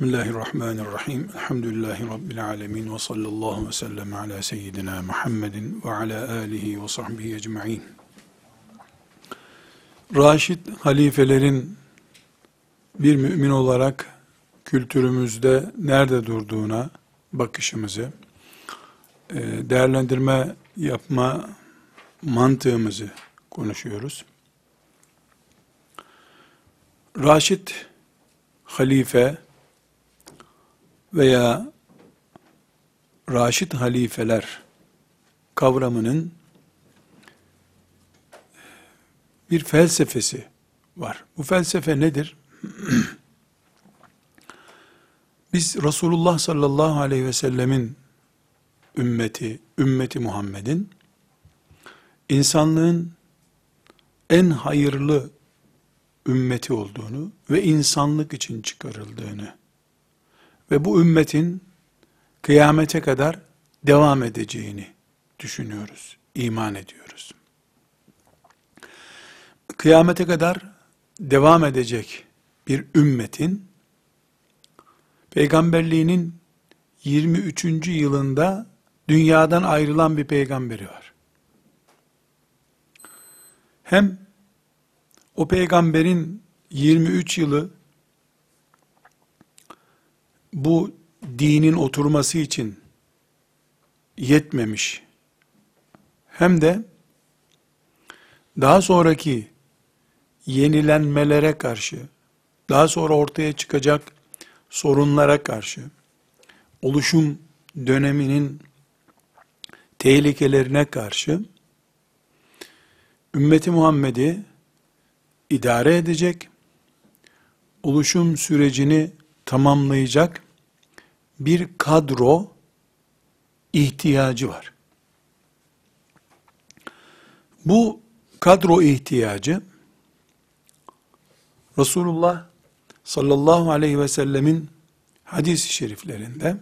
Bismillahirrahmanirrahim. Elhamdülillahi Rabbil alemin. Ve sallallahu ve sellem ala seyyidina Muhammedin ve ala alihi ve sahbihi ecma'in. Raşid halifelerin bir mümin olarak kültürümüzde nerede durduğuna bakışımızı, değerlendirme yapma mantığımızı konuşuyoruz. Raşid halife veya Raşid halifeler kavramının bir felsefesi var. Bu felsefe nedir? Biz Resulullah sallallahu aleyhi ve sellemin ümmeti Muhammed'in insanlığın en hayırlı ümmeti olduğunu ve insanlık için çıkarıldığını ve bu ümmetin kıyamete kadar devam edeceğini düşünüyoruz, iman ediyoruz. Kıyamete kadar devam edecek bir ümmetin peygamberliğinin 23. yılında dünyadan ayrılan bir peygamberi var. Hem o peygamberin 23 yılı bu dinin oturması için yetmemiş. Hem de daha sonraki yenilenmelere karşı, daha sonra ortaya çıkacak sorunlara karşı, oluşum döneminin tehlikelerine karşı ümmeti Muhammed'i idare edecek, oluşum sürecini tamamlayacak bir kadro ihtiyacı var. Bu kadro ihtiyacı Resulullah sallallahu aleyhi ve sellemin hadis-i şeriflerinde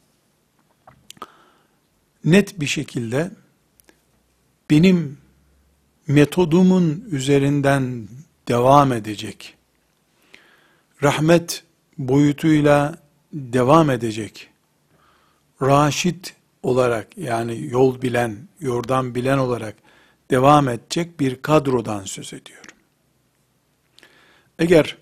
net bir şekilde benim metodumun üzerinden devam edecek, rahmet boyutuyla devam edecek, raşid olarak yani yol bilen, yordan bilen olarak devam edecek bir kadrodan söz ediyorum. Eğer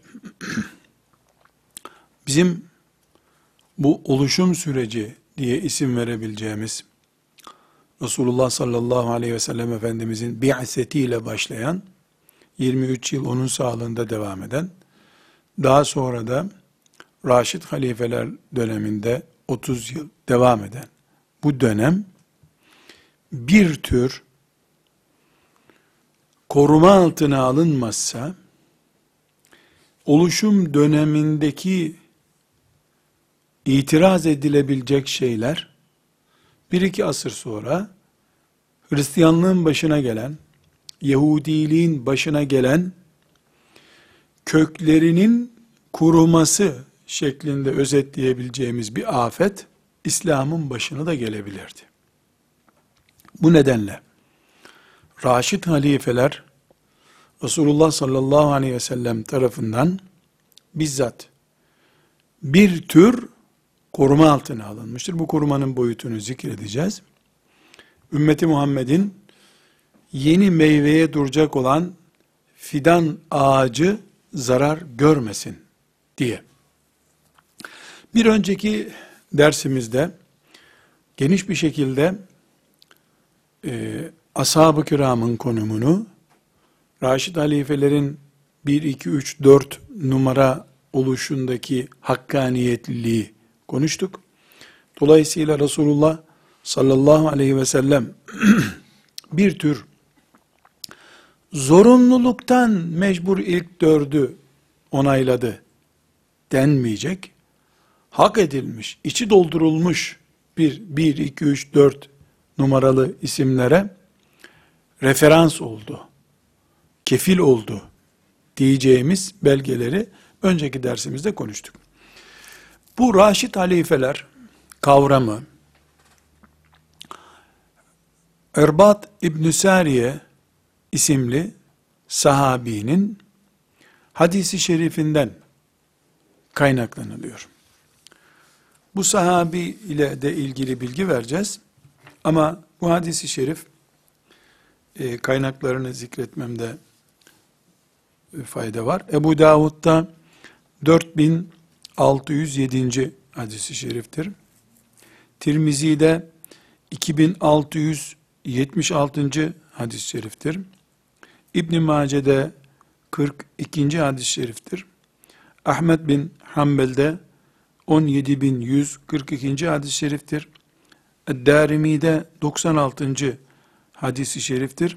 bizim bu oluşum süreci diye isim verebileceğimiz Resulullah sallallahu aleyhi ve sellem Efendimizin bi'setiyle başlayan 23 yıl onun sağlığında devam eden, daha sonra da Raşid halifeler döneminde 30 yıl devam eden bu dönem bir tür koruma altına alınmazsa oluşum dönemindeki itiraz edilebilecek şeyler bir iki asır sonra Hristiyanlığın başına gelen, Yahudiliğin başına gelen köklerinin kuruması şeklinde özetleyebileceğimiz bir afet İslam'ın başına da gelebilirdi. Bu nedenle Raşid halifeler Resulullah sallallahu aleyhi ve sellem tarafından bizzat bir tür koruma altına alınmıştır. Bu korumanın boyutunu zikredeceğiz. Ümmeti Muhammed'in yeni meyveye duracak olan fidan ağacı zarar görmesin diye. Bir önceki dersimizde geniş bir şekilde ashab-ı kiramın konumunu, Raşid halifelerin 1, 2, 3, 4 numara oluşundaki hakkaniyetliliği konuştuk. Dolayısıyla Resulullah sallallahu aleyhi ve sellem bir tür zorunluluktan mecbur ilk 4'ü onayladı denmeyecek, hak edilmiş, içi doldurulmuş bir 2, 3, 4 numaralı isimlere referans oldu, kefil oldu diyeceğimiz belgeleri önceki dersimizde konuştuk. Bu Raşid halifeler kavramı Erbad İbn-i Sariye isimli sahabinin hadisi şerifinden kaynaklanılıyor. Bu sahabi ile de ilgili bilgi vereceğiz. Ama bu hadisi şerif kaynaklarını zikretmemde fayda var. Ebu Davud'da 4607. hadisi şeriftir. Tirmizi'de 2676. hadis-i şeriftir. İbn Mace'de 42. hadis-i şeriftir. Ahmed bin Hanbel'de 17142. hadis-i şeriftir. Darimi'de 96. hadis-i şeriftir.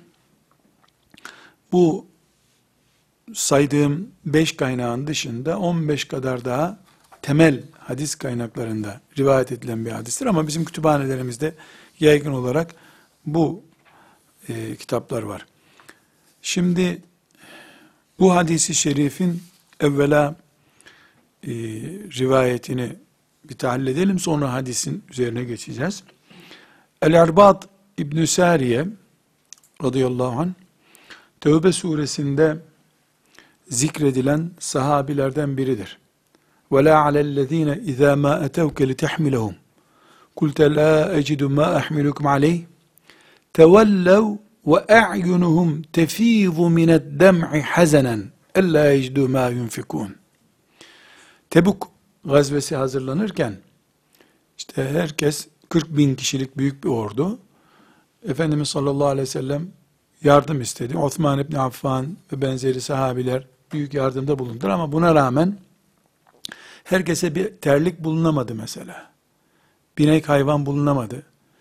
Bu saydığım 5 kaynağın dışında 15 kadar daha temel hadis kaynaklarında rivayet edilen bir hadistir. Ama bizim kütüphanelerimizde yaygın olarak bu kitaplar var. Şimdi bu hadisi şerifin evvela rivayetini bir tahlil edelim, sonra hadisin üzerine geçeceğiz. El-Erbad İbn-i Sariye radıyallahu anh, Tevbe suresinde zikredilen sahabilerden biridir. وَلَا عَلَى الَّذ۪ينَ اِذَا مَا اَتَوْكَ لِتَحْمِلَهُمْ قُلْتَ لَا اَجِدُ مَا اَحْمِلُكُمْ عَلَيْهِ تَوَلَّوْا وَاَعْيُنُهُمْ تَف۪يضُ مِنَ الدَّمْعِ حَزَنًا اَلَّا يَجْدُوا مَا يُنْفِقُونَ. Tebuk gazvesi hazırlanırken, işte herkes 40 bin kişilik büyük bir ordu, Efendimiz sallallahu aleyhi ve sellem yardım istedi. Osman İbni Affan ve benzeri sahabiler büyük yardımda bulundular ama buna rağmen herkese bir terlik bulunamadı mesela. Binek hayvan bulunamadı.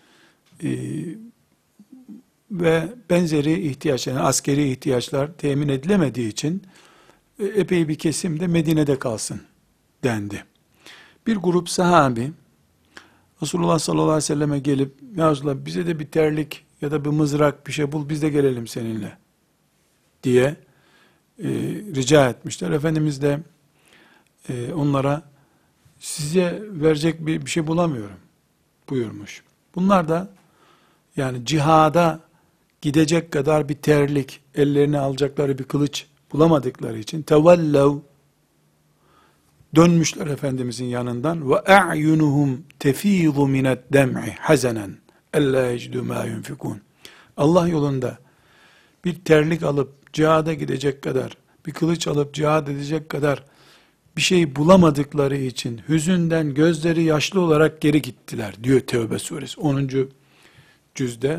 Ve benzeri ihtiyaçlar, yani askeri ihtiyaçlar temin edilemediği için epey bir kesim de Medine'de kalsın dendi. Bir grup sahabi Resulullah sallallahu aleyhi ve selleme gelip, ya Resulullah bize de bir terlik ya da bir mızrak bir şey bul, biz de gelelim seninle diye rica etmişler. Efendimiz de onlara size verecek bir şey bulamıyorum buyurmuş. Bunlar da yani cihada gidecek kadar bir terlik, ellerine alacakları bir kılıç bulamadıkları için tevellev, dönmüşler Efendimizin yanından, ve a'yunuhum tefizu minet dem'i hazanen ella yecdu ma yunfikun. Allah yolunda bir terlik alıp cihada gidecek kadar, bir kılıç alıp cihad edecek kadar bir şey bulamadıkları için hüzünden gözleri yaşlı olarak geri gittiler diyor Tevbe suresi 10. cüzde.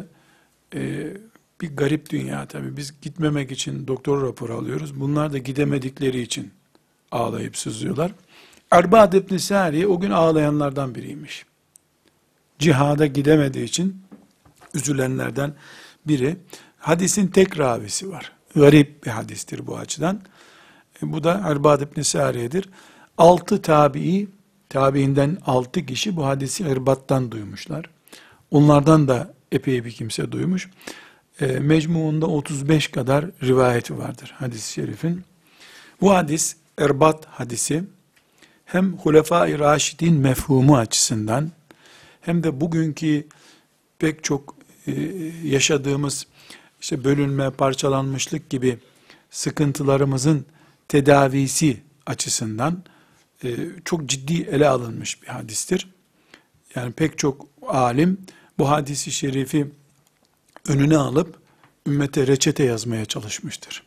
Bir garip dünya tabii. Biz gitmemek için doktor raporu alıyoruz. Bunlar da gidemedikleri için ağlayıp sızlıyorlar. Erbad İbn Sariye o gün ağlayanlardan biriymiş. Cihada gidemediği için üzülenlerden biri. Hadisin tek ravisi var. Garip bir hadistir bu açıdan. Bu da Erbad İbn Sariye'dir. 6 tabiinden 6 kişi bu hadisi Erbad'dan duymuşlar. Onlardan da epey bir kimse duymuş. Mecmuunda 35 kadar rivayeti vardır hadis-i şerifin. Bu hadis, Erbad hadisi, hem Hulefai Raşidin mefhumu açısından, hem de bugünkü pek çok yaşadığımız işte bölünme, parçalanmışlık gibi sıkıntılarımızın tedavisi açısından çok ciddi ele alınmış bir hadistir. Yani pek çok alim bu hadisi şerifi önüne alıp ümmete reçete yazmaya çalışmıştır.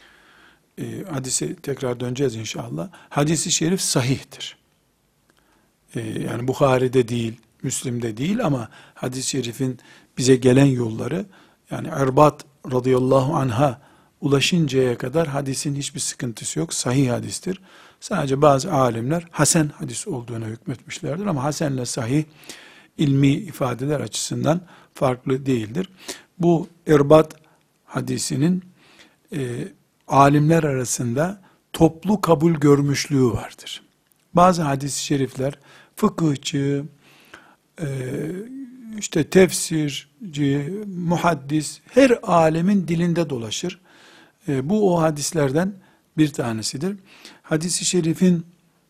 Hadise tekrar döneceğiz inşallah. Hadis-i şerif sahihtir. Yani Bukhari'de değil, Müslim'de değil ama hadis-i şerifin bize gelen yolları, yani Erbad radıyallahu anha ulaşıncaya kadar hadisin hiçbir sıkıntısı yok. Sahih hadistir. Sadece bazı alimler hasen hadis olduğuna hükmetmişlerdir ama hasenle sahih ilmi ifadeler açısından farklı değildir. Bu Erbad hadisinin alimler arasında toplu kabul görmüşlüğü vardır. Bazı hadis-i şerifler fıkıhçı, işte tefsirci, muhaddis, her alemin dilinde dolaşır. Bu o hadislerden bir tanesidir. Hadis-i şerifin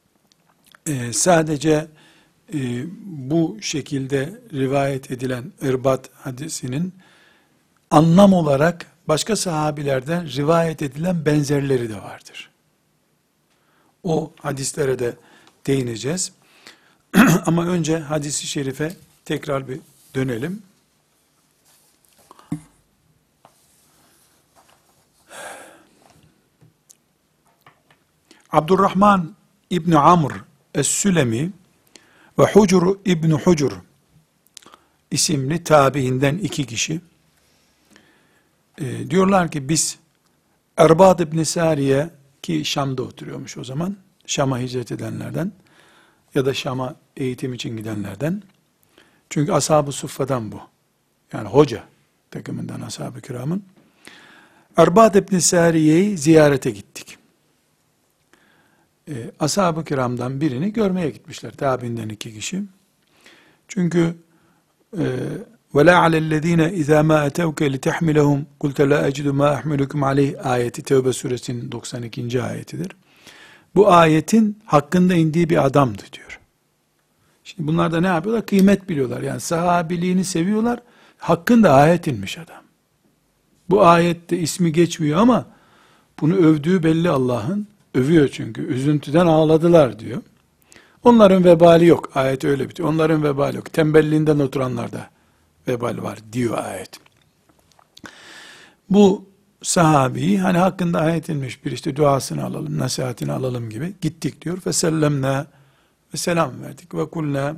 sadece bu şekilde rivayet edilen Erbad hadisinin anlam olarak başka sahabilerden rivayet edilen benzerleri de vardır. O hadislere de değineceğiz. Ama önce hadis-i şerife tekrar bir dönelim. Abdurrahman İbni Amr Es-Sülemi ve Hucur İbni Hucur isimli tabiinden iki kişi diyorlar ki biz Erbad İbni Sariye, ki Şam'da oturuyormuş o zaman, Şam'a hicret edenlerden ya da Şam'a eğitim için gidenlerden, çünkü ashab-ı suffadan bu, yani hoca takımından ashab-ı kiramın, Erbad İbni Sariye'yi ziyarete gittik. Ashab-ı kiramdan birini görmeye gitmişler, tabiinden iki kişi. Çünkü وَلَا عَلَى الَّذ۪ينَ اِذَا مَا اَتَوْكَ لِتَحْمِلَهُمْ قُلْتَ لَا اَجِدُ مَا اَحْمِلُكُمْ عَلَيْهِ ayeti Tevbe suresinin 92. ayetidir. Bu ayetin hakkında indiği bir adamdı diyor. Şimdi bunlar da ne yapıyorlar? Kıymet biliyorlar. Yani sahabiliğini seviyorlar. Hakkında ayet inmiş adam. Bu ayette ismi geçmiyor ama bunu övdüğü belli Allah'ın. Övüyor çünkü. Üzüntüden ağladılar diyor. Onların vebali yok. Ayet öyle bitiyor. Onların vebali yok. Tembelliğinden oturanlarda vebal var diyor ayet. Bu sahabi hani hakkında ayet inmiş bir işte duasını alalım, nasihatini alalım gibi gittik diyor. Fesellemna ve selam verdik ve kulna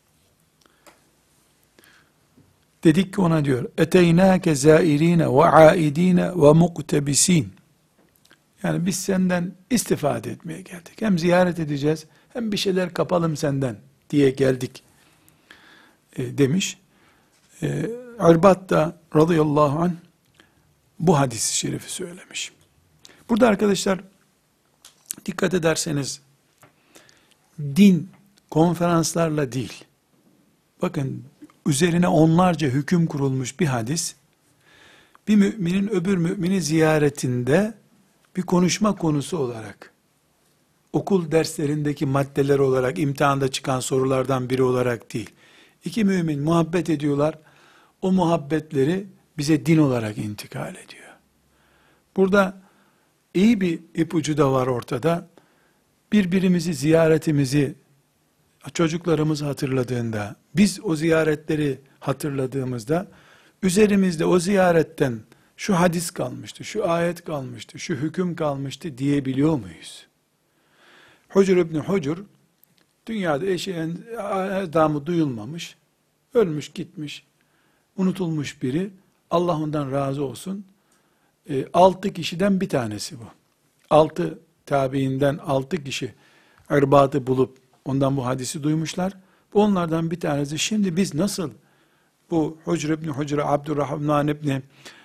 dedik ki ona diyor eteynâke zâirîne ve âidîne ve muktebisîn. Yani biz senden istifade etmeye geldik. Hem ziyaret edeceğiz hem bir şeyler kapalım senden diye geldik demiş. Erbad da radıyallahu anh bu hadis-i şerifi söylemiş. Burada arkadaşlar dikkat ederseniz din konferanslarla değil, bakın üzerine onlarca hüküm kurulmuş bir hadis, bir müminin öbür mümini ziyaretinde bir konuşma konusu olarak, okul derslerindeki maddeler olarak, imtihanda çıkan sorulardan biri olarak değil. İki mümin muhabbet ediyorlar, o muhabbetleri bize din olarak intikal ediyor. Burada iyi bir ipucu da var ortada. Birbirimizi, ziyaretimizi çocuklarımız hatırladığında, biz o ziyaretleri hatırladığımızda, üzerimizde o ziyaretten şu hadis kalmıştı, şu ayet kalmıştı, şu hüküm kalmıştı diyebiliyor muyuz? Hucur İbni Hucur, dünyada eşeğin adamı duyulmamış, ölmüş gitmiş, unutulmuş biri, Allah ondan razı olsun. 6 kişiden bir tanesi bu. 6 tabiinden 6 kişi Erbad'ı bulup ondan bu hadisi duymuşlar. Bu onlardan bir tanesi. Şimdi biz nasıl bu Hucr İbni Hucr'a, Abdurrahman İbni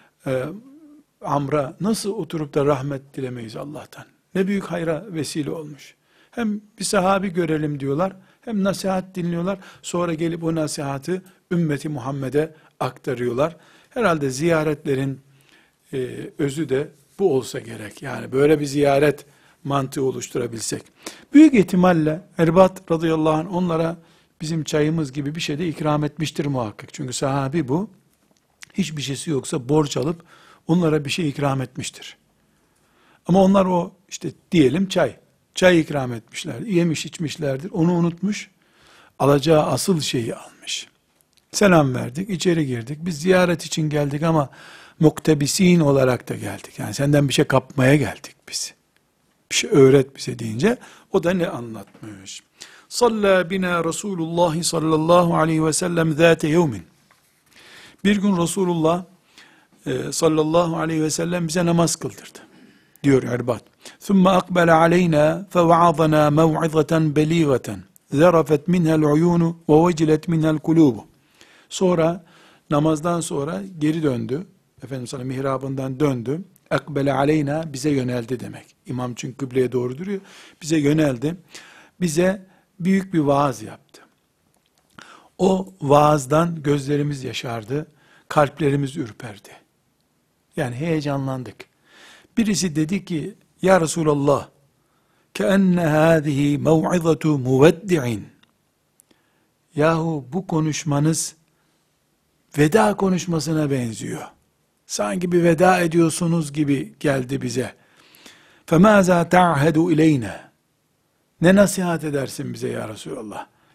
Amr'a nasıl oturup da rahmet dilemeyiz Allah'tan? Ne büyük hayra vesile olmuş. Hem bir sahabi görelim diyorlar, hem nasihat dinliyorlar. Sonra gelip o nasihatı ümmeti Muhammed'e aktarıyorlar. Herhalde ziyaretlerin özü de bu olsa gerek. Yani böyle bir ziyaret mantığı oluşturabilsek. Büyük ihtimalle Erbad radıyallahu anh onlara bizim çayımız gibi bir şey de ikram etmiştir muhakkak. Çünkü sahabi bu. Hiçbir şeysi yoksa borç alıp onlara bir şey ikram etmiştir. Ama onlar o işte diyelim çay ikram etmişler. Yemiş içmişlerdir. Onu unutmuş. Alacağı asıl şeyi almış. Selam verdik, içeri girdik. Biz ziyaret için geldik ama muktebisin olarak da geldik. Yani senden bir şey kapmaya geldik biz. Bir şey öğret bize deyince o da ne anlatmış? Salla bina Resulullah sallallahu aleyhi ve sellem zâte yevmin. Bir gün Resulullah sallallahu aleyhi ve sellem bize namaz kıldırdı. Diyor Erbad. ثُمَّ أَقْبَلَ عَلَيْنَا فَوَعَظَنَا مَوْعِظَةً بَلِيغَةً ذَرَفَتْ مِنْهَا الْعُيُونُ وَوَجِلَتْ مِنْهَا الْقُلُوبُ. Sonra namazdan sonra geri döndü. Efendimiz sana mihrabından döndü. Akbele aleyna bize yöneldi demek. İmam çünkü kıbleye doğru duruyor. Bize yöneldi. Bize büyük bir vaaz yaptı. O vaazdan gözlerimiz yaşardı. Kalplerimiz ürperdi. Yani heyecanlandık. Birisi dedi ki ya Resulallah keenne hâzihi mev'izatu muveddi'in. Yahu bu konuşmanız veda konuşmasına benziyor. Sanki bir veda ediyorsunuz gibi geldi bize. فَمَاذَا تَعْهَدُ اِلَيْنَا. Ne nasihat edersin bize ya Resulallah?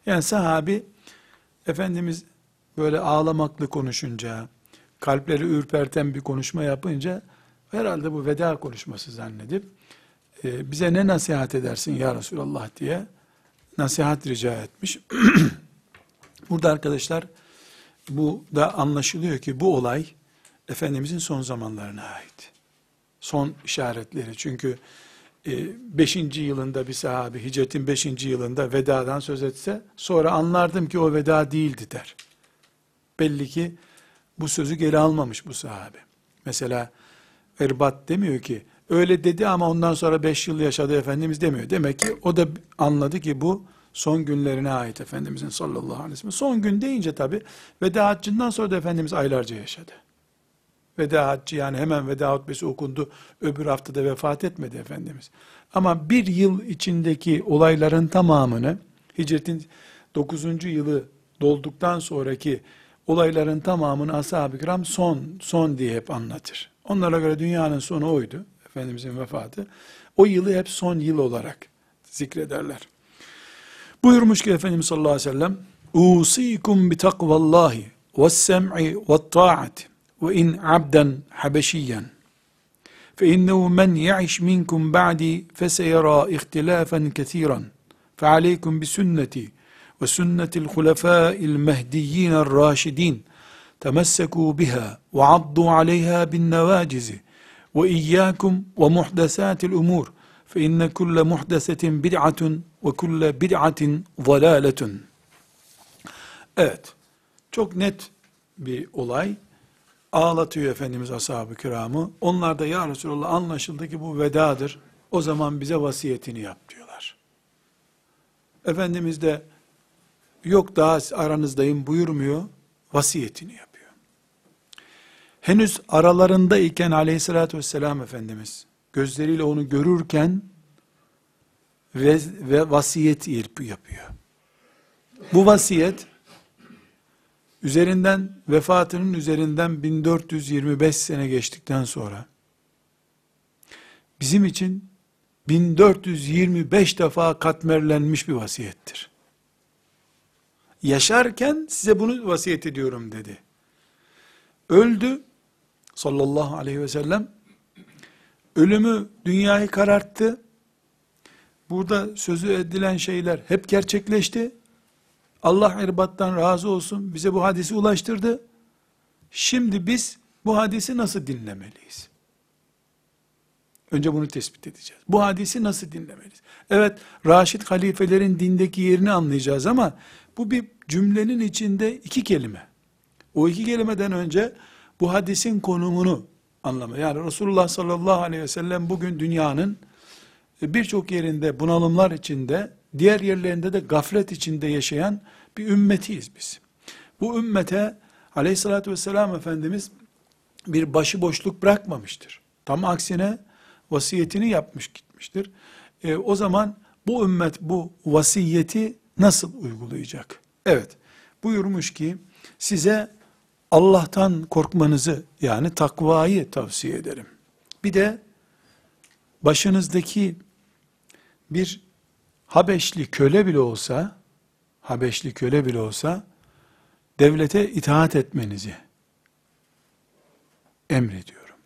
Yani sahabi, Efendimiz böyle ağlamaklı konuşunca, kalpleri ürperten bir konuşma yapınca, herhalde bu veda konuşması zannedip, bize ne nasihat edersin ya Resulallah diye nasihat rica etmiş. Burada arkadaşlar, bu da anlaşılıyor ki bu olay, Efendimizin son zamanlarına ait. Son işaretleri. Çünkü 5. yılında bir sahabi, hicretin 5. yılında vedadan söz etse, sonra anlardım ki o veda değildi der. Belli ki bu sözü geri almamış bu sahabe. Mesela Irbat demiyor ki, öyle dedi ama ondan sonra 5 yıl yaşadı Efendimiz demiyor. Demek ki o da anladı ki bu son günlerine ait Efendimizin sallallahu aleyhi ve sellem. Son gün deyince tabi, veda haccından sonra da Efendimiz aylarca yaşadı. Veda haccı, yani hemen veda hutbesi okundu, öbür haftada vefat etmedi Efendimiz. Ama bir yıl içindeki olayların tamamını, hicretin 9. yılı dolduktan sonraki olayların tamamını ashab-ı kiram son diye hep anlatır. Onlara göre dünyanın sonu oydu, Efendimizin vefatı. O yılı hep son yıl olarak zikrederler. Buyurmuş ki Efendimiz sallallahu aleyhi ve sellem, "Usikum bi takvallahi ve's-sem'i ve't-ta'ati ve in abden habeşiyyen. Fe innehu men ya'iş minkum ba'di feseyara ihtilafen kesiran. Fe aleykum bi sünneti ve sünnetil hulefâil mehdiyyin râşidin. Temessekû biha ve addu aleyha bin nevâcizi ve iyyâkum ve muhdesâtil umûr. Fe inne kulle muhdesetin bid'atun ve kulle bid'atin zalâletun." Evet, çok net bir olay. Ağlatıyor Efendimiz ashab-ı kiramı. Onlar da ya Resulallah anlaşıldı ki bu vedadır. O zaman bize vasiyetini yap diyorlar. Efendimiz de yok daha aranızdayım buyurmuyor. Vasiyetini yapıyor. Henüz aralarındayken aleyhissalatü vesselam Efendimiz gözleriyle onu görürken ve vasiyet yapıyor. Bu vasiyet vefatının üzerinden 1425 sene geçtikten sonra bizim için 1425 defa katmerlenmiş bir vasiyettir. Yaşarken size bunu vasiyet ediyorum dedi. Öldü sallallahu aleyhi ve sellem. Ölümü dünyayı kararttı. Burada sözü edilen şeyler hep gerçekleşti. Allah Irbat'tan razı olsun, bize bu hadisi ulaştırdı. Şimdi biz bu hadisi nasıl dinlemeliyiz? Önce bunu tespit edeceğiz. Bu hadisi nasıl dinlemeliyiz? Evet, Raşid halifelerin dindeki yerini anlayacağız ama bu bir cümlenin içinde 2 kelime. O 2 kelimeden önce bu hadisin konumunu anlama. Yani Resulullah sallallahu aleyhi ve sellem bugün dünyanın birçok yerinde bunalımlar içinde, diğer yerlerinde de gaflet içinde yaşayan bir ümmetiyiz biz. Bu ümmete aleyhissalatü vesselam Efendimiz bir başıboşluk bırakmamıştır. Tam aksine vasiyetini yapmış gitmiştir. O zaman bu ümmet bu vasiyeti nasıl uygulayacak? Evet, buyurmuş ki size Allah'tan korkmanızı, yani takvayı tavsiye ederim. Bir de başınızdaki bir Habeşli köle bile olsa devlete itaat etmenizi emrediyorum.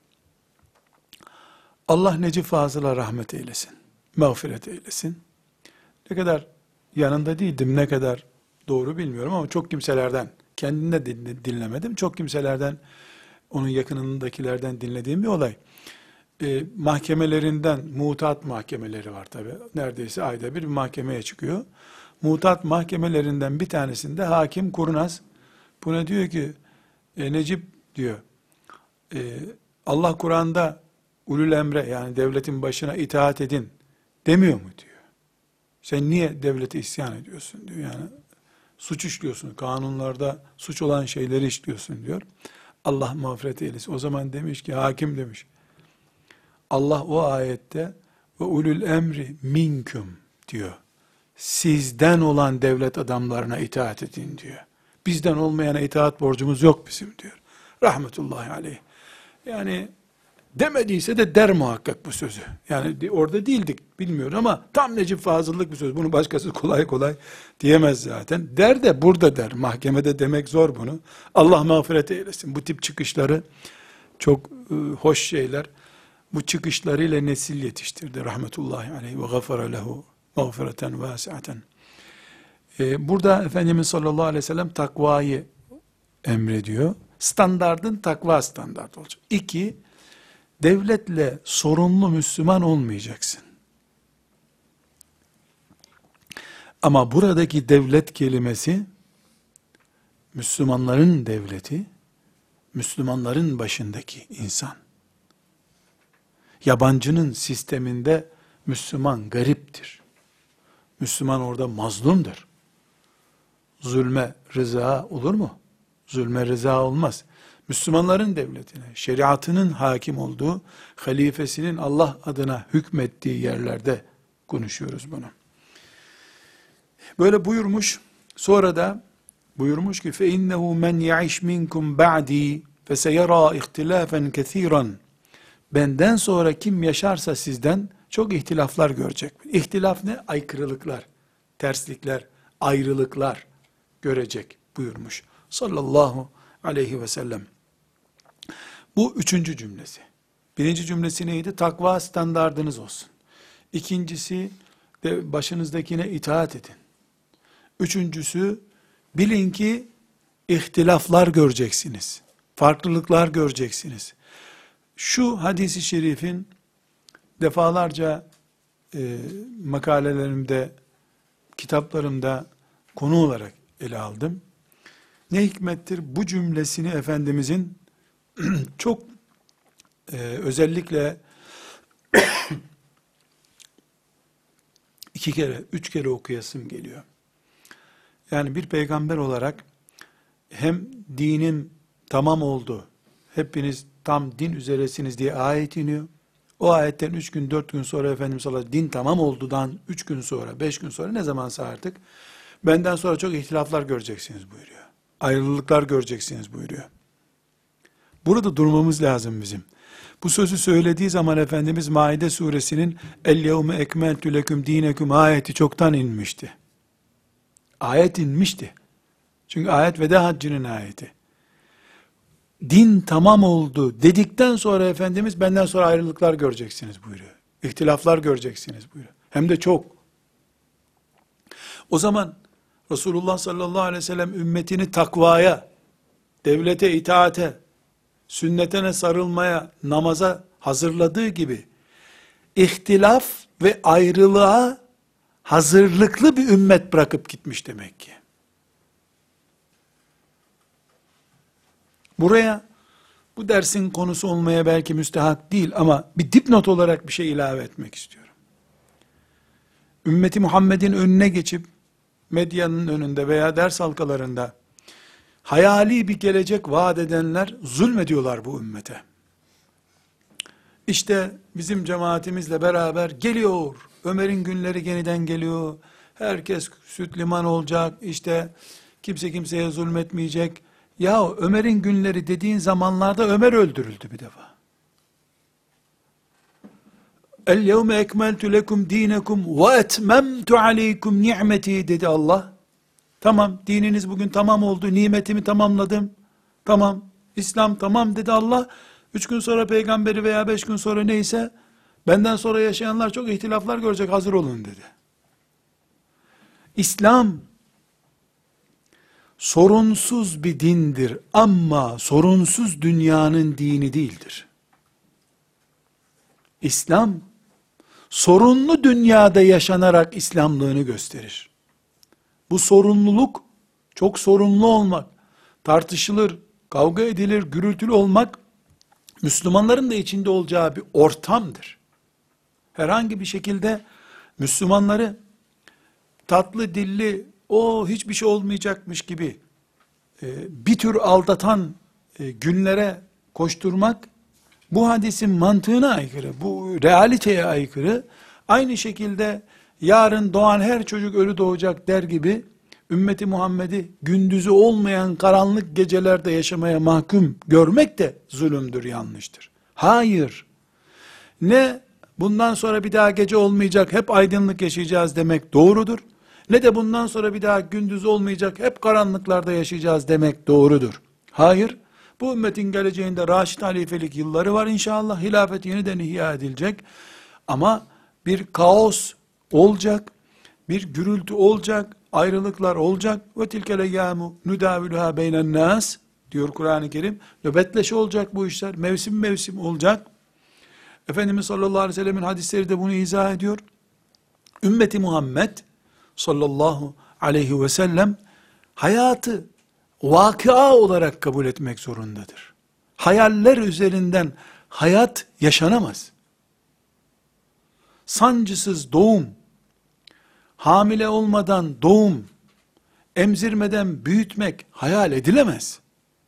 Allah Necip Fazıl'a rahmet eylesin, mağfiret eylesin. Ne kadar yanında değildim, ne kadar doğru bilmiyorum ama çok kimselerden, kendinde dinlemedim, çok kimselerden, onun yakınındakilerden dinlediğim bir olay. Mahkemelerinden, mutat mahkemeleri var tabi. Neredeyse ayda bir mahkemeye çıkıyor. Mutat mahkemelerinden bir tanesinde hakim kurnaz buna diyor ki, Necip diyor, Allah Kur'an'da ulul emre, yani devletin başına itaat edin demiyor mu diyor. Sen niye devlete isyan ediyorsun diyor. Yani suç işliyorsun, kanunlarda suç olan şeyleri işliyorsun diyor. Allah mağfiret eylesin. O zaman demiş ki, hakim demiş, Allah o ayette ve ulul emri minkum diyor. Sizden olan devlet adamlarına itaat edin diyor. Bizden olmayana itaat borcumuz yok bizim diyor. Rahmetullahi aleyh. Yani Demediyse de der muhakkak bu sözü. Yani orada değildik, bilmiyorum ama tam Necip Fazıl'lık bir söz. Bunu başkası kolay kolay diyemez zaten. Der de burada der. Mahkemede demek zor bunu. Allah mağfiret eylesin. Bu tip çıkışları çok hoş şeyler. Bu çıkışlarıyla nesil yetiştirdi. Rahmetullahi aleyhi ve gafara lehu mağfireten vasiaten. Burada Efendimiz sallallahu aleyhi ve sellem takvayı emrediyor. Standardın takva standardı olacak. 2, devletle sorunlu Müslüman olmayacaksın. Ama buradaki devlet kelimesi, Müslümanların devleti, Müslümanların başındaki insan. Yabancının sisteminde Müslüman gariptir. Müslüman orada mazlumdur. Zulme rıza olur mu? Zulme rıza olmaz. Müslümanların devletine, şeriatının hakim olduğu, halifesinin Allah adına hükmettiği yerlerde konuşuyoruz bunu. Böyle buyurmuş, sonra da buyurmuş ki فَاِنَّهُ مَنْ يَعِشْ مِنْكُمْ بَعْدِي فَسَيَرَى اِخْتِلَافًا كَثِيرًا. Benden sonra kim yaşarsa sizden çok ihtilaflar görecek. İhtilaf ne? Aykırılıklar, terslikler, ayrılıklar görecek buyurmuş. Sallallahu aleyhi ve sellem. Bu 3. cümlesi. 1. cümlesi neydi? Takva standardınız olsun. 2'ncisi de başınızdakine itaat edin. 3'üncüsü bilin ki ihtilaflar göreceksiniz. Farklılıklar göreceksiniz. Şu hadisi şerifin defalarca makalelerimde, kitaplarımda konu olarak ele aldım. Ne hikmettir bu cümlesini Efendimizin çok özellikle 2 kere, 3 kere okuyasım geliyor. Yani bir peygamber olarak hem dinim tamam oldu, hepiniz tam din üzeresiniz diye ayet iniyor. O ayetten 3 gün, 4 gün sonra Efendimiz sallallahu aleyhi ve sellem din tamam oldudan 3 gün sonra, 5 gün sonra ne zamansa artık benden sonra çok ihtilaflar göreceksiniz buyuruyor. Ayrılıklar göreceksiniz buyuruyor. Burada durmamız lazım bizim. Bu sözü söylediği zaman Efendimiz Maide suresinin "El-yevme ekmeltü leküm dineküm" ayeti çoktan inmişti. Ayet inmişti. Çünkü ayet veda haccının ayeti. Din tamam oldu dedikten sonra Efendimiz benden sonra ayrılıklar göreceksiniz buyuruyor. İhtilaflar göreceksiniz buyuruyor. Hem de çok. O zaman Resulullah sallallahu aleyhi ve sellem ümmetini takvaya, devlete itaate, sünnetine sarılmaya, namaza hazırladığı gibi ihtilaf ve ayrılığa hazırlıklı bir ümmet bırakıp gitmiş demek ki. Buraya bu dersin konusu olmaya belki müstehak değil ama bir dipnot olarak bir şey ilave etmek istiyorum. Ümmeti Muhammed'in önüne geçip medyanın önünde veya ders halkalarında hayali bir gelecek vaat edenler zulmediyorlar bu ümmete. İşte bizim cemaatimizle beraber geliyor. Ömer'in günleri yeniden geliyor. Herkes süt liman olacak. İşte kimse kimseye zulmetmeyecek. Ya Ömer'in günleri dediğin zamanlarda Ömer öldürüldü bir defa. El-yevme ekmeltü lekum dinekum ve etmemtu aleykum ni'meti dedi Allah. Tamam, dininiz bugün tamam oldu, nimetimi tamamladım. Tamam, İslam tamam dedi Allah. 3 gün sonra peygamberi veya 5 gün sonra neyse, benden sonra yaşayanlar çok ihtilaflar görecek, hazır olun dedi. İslam, sorunsuz bir dindir ama sorunsuz dünyanın dini değildir. İslam, sorunlu dünyada yaşanarak İslamlığını gösterir. Bu sorumluluk, çok sorumlu olmak, tartışılır, kavga edilir, gürültülü olmak, Müslümanların da içinde olacağı bir ortamdır. Herhangi bir şekilde Müslümanları tatlı dilli, o hiçbir şey olmayacakmış gibi bir tür aldatan günlere koşturmak, bu hadisin mantığına aykırı, bu realiteye aykırı. Aynı şekilde yarın doğan her çocuk ölü doğacak der gibi, ümmeti Muhammed'i gündüzü olmayan karanlık gecelerde yaşamaya mahkum görmek de zulümdür, yanlıştır. Hayır. Ne bundan sonra bir daha gece olmayacak, hep aydınlık yaşayacağız demek doğrudur. Ne de bundan sonra bir daha gündüz olmayacak, hep karanlıklarda yaşayacağız demek doğrudur. Hayır. Bu ümmetin geleceğinde Raşid halifelik yılları var inşallah. Hilafet yeniden ihya edilecek. Ama bir kaos olacak, bir gürültü olacak, ayrılıklar olacak. Ve tilkel eyyâmu nudâvilühâ beynen nâs diyor Kur'an-ı Kerim. Nöbetleşe olacak bu işler. Mevsim mevsim olacak. Efendimiz sallallahu aleyhi ve sellemin hadisleri de bunu izah ediyor. Ümmeti Muhammed sallallahu aleyhi ve sellem hayatı vakıa olarak kabul etmek zorundadır. Hayaller üzerinden hayat yaşanamaz. Sancısız doğum, hamile olmadan doğum, emzirmeden büyütmek hayal edilemez.